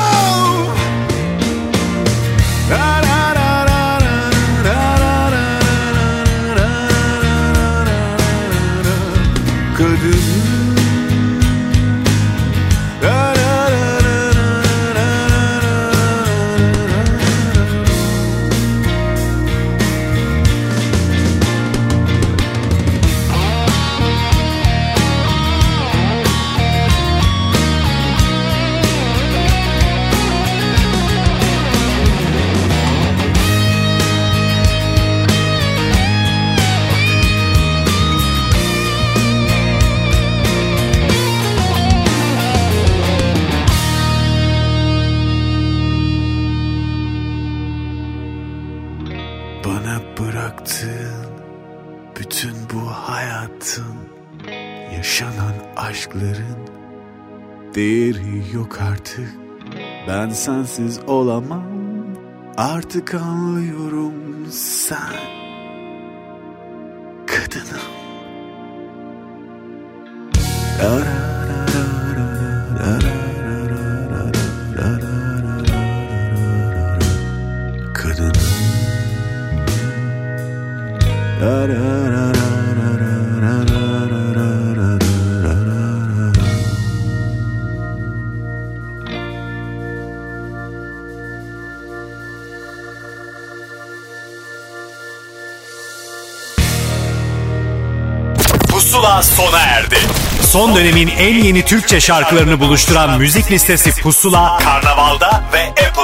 Bana bıraktığın bütün bu hayatın, yaşanan aşkların değeri yok artık. Ben sensiz olamam, artık anlıyorum sen kadınım. Pusula sona erdi. Son dönemin en yeni Türkçe şarkılarını buluşturan müzik listesi Pusula, Karnaval'da ve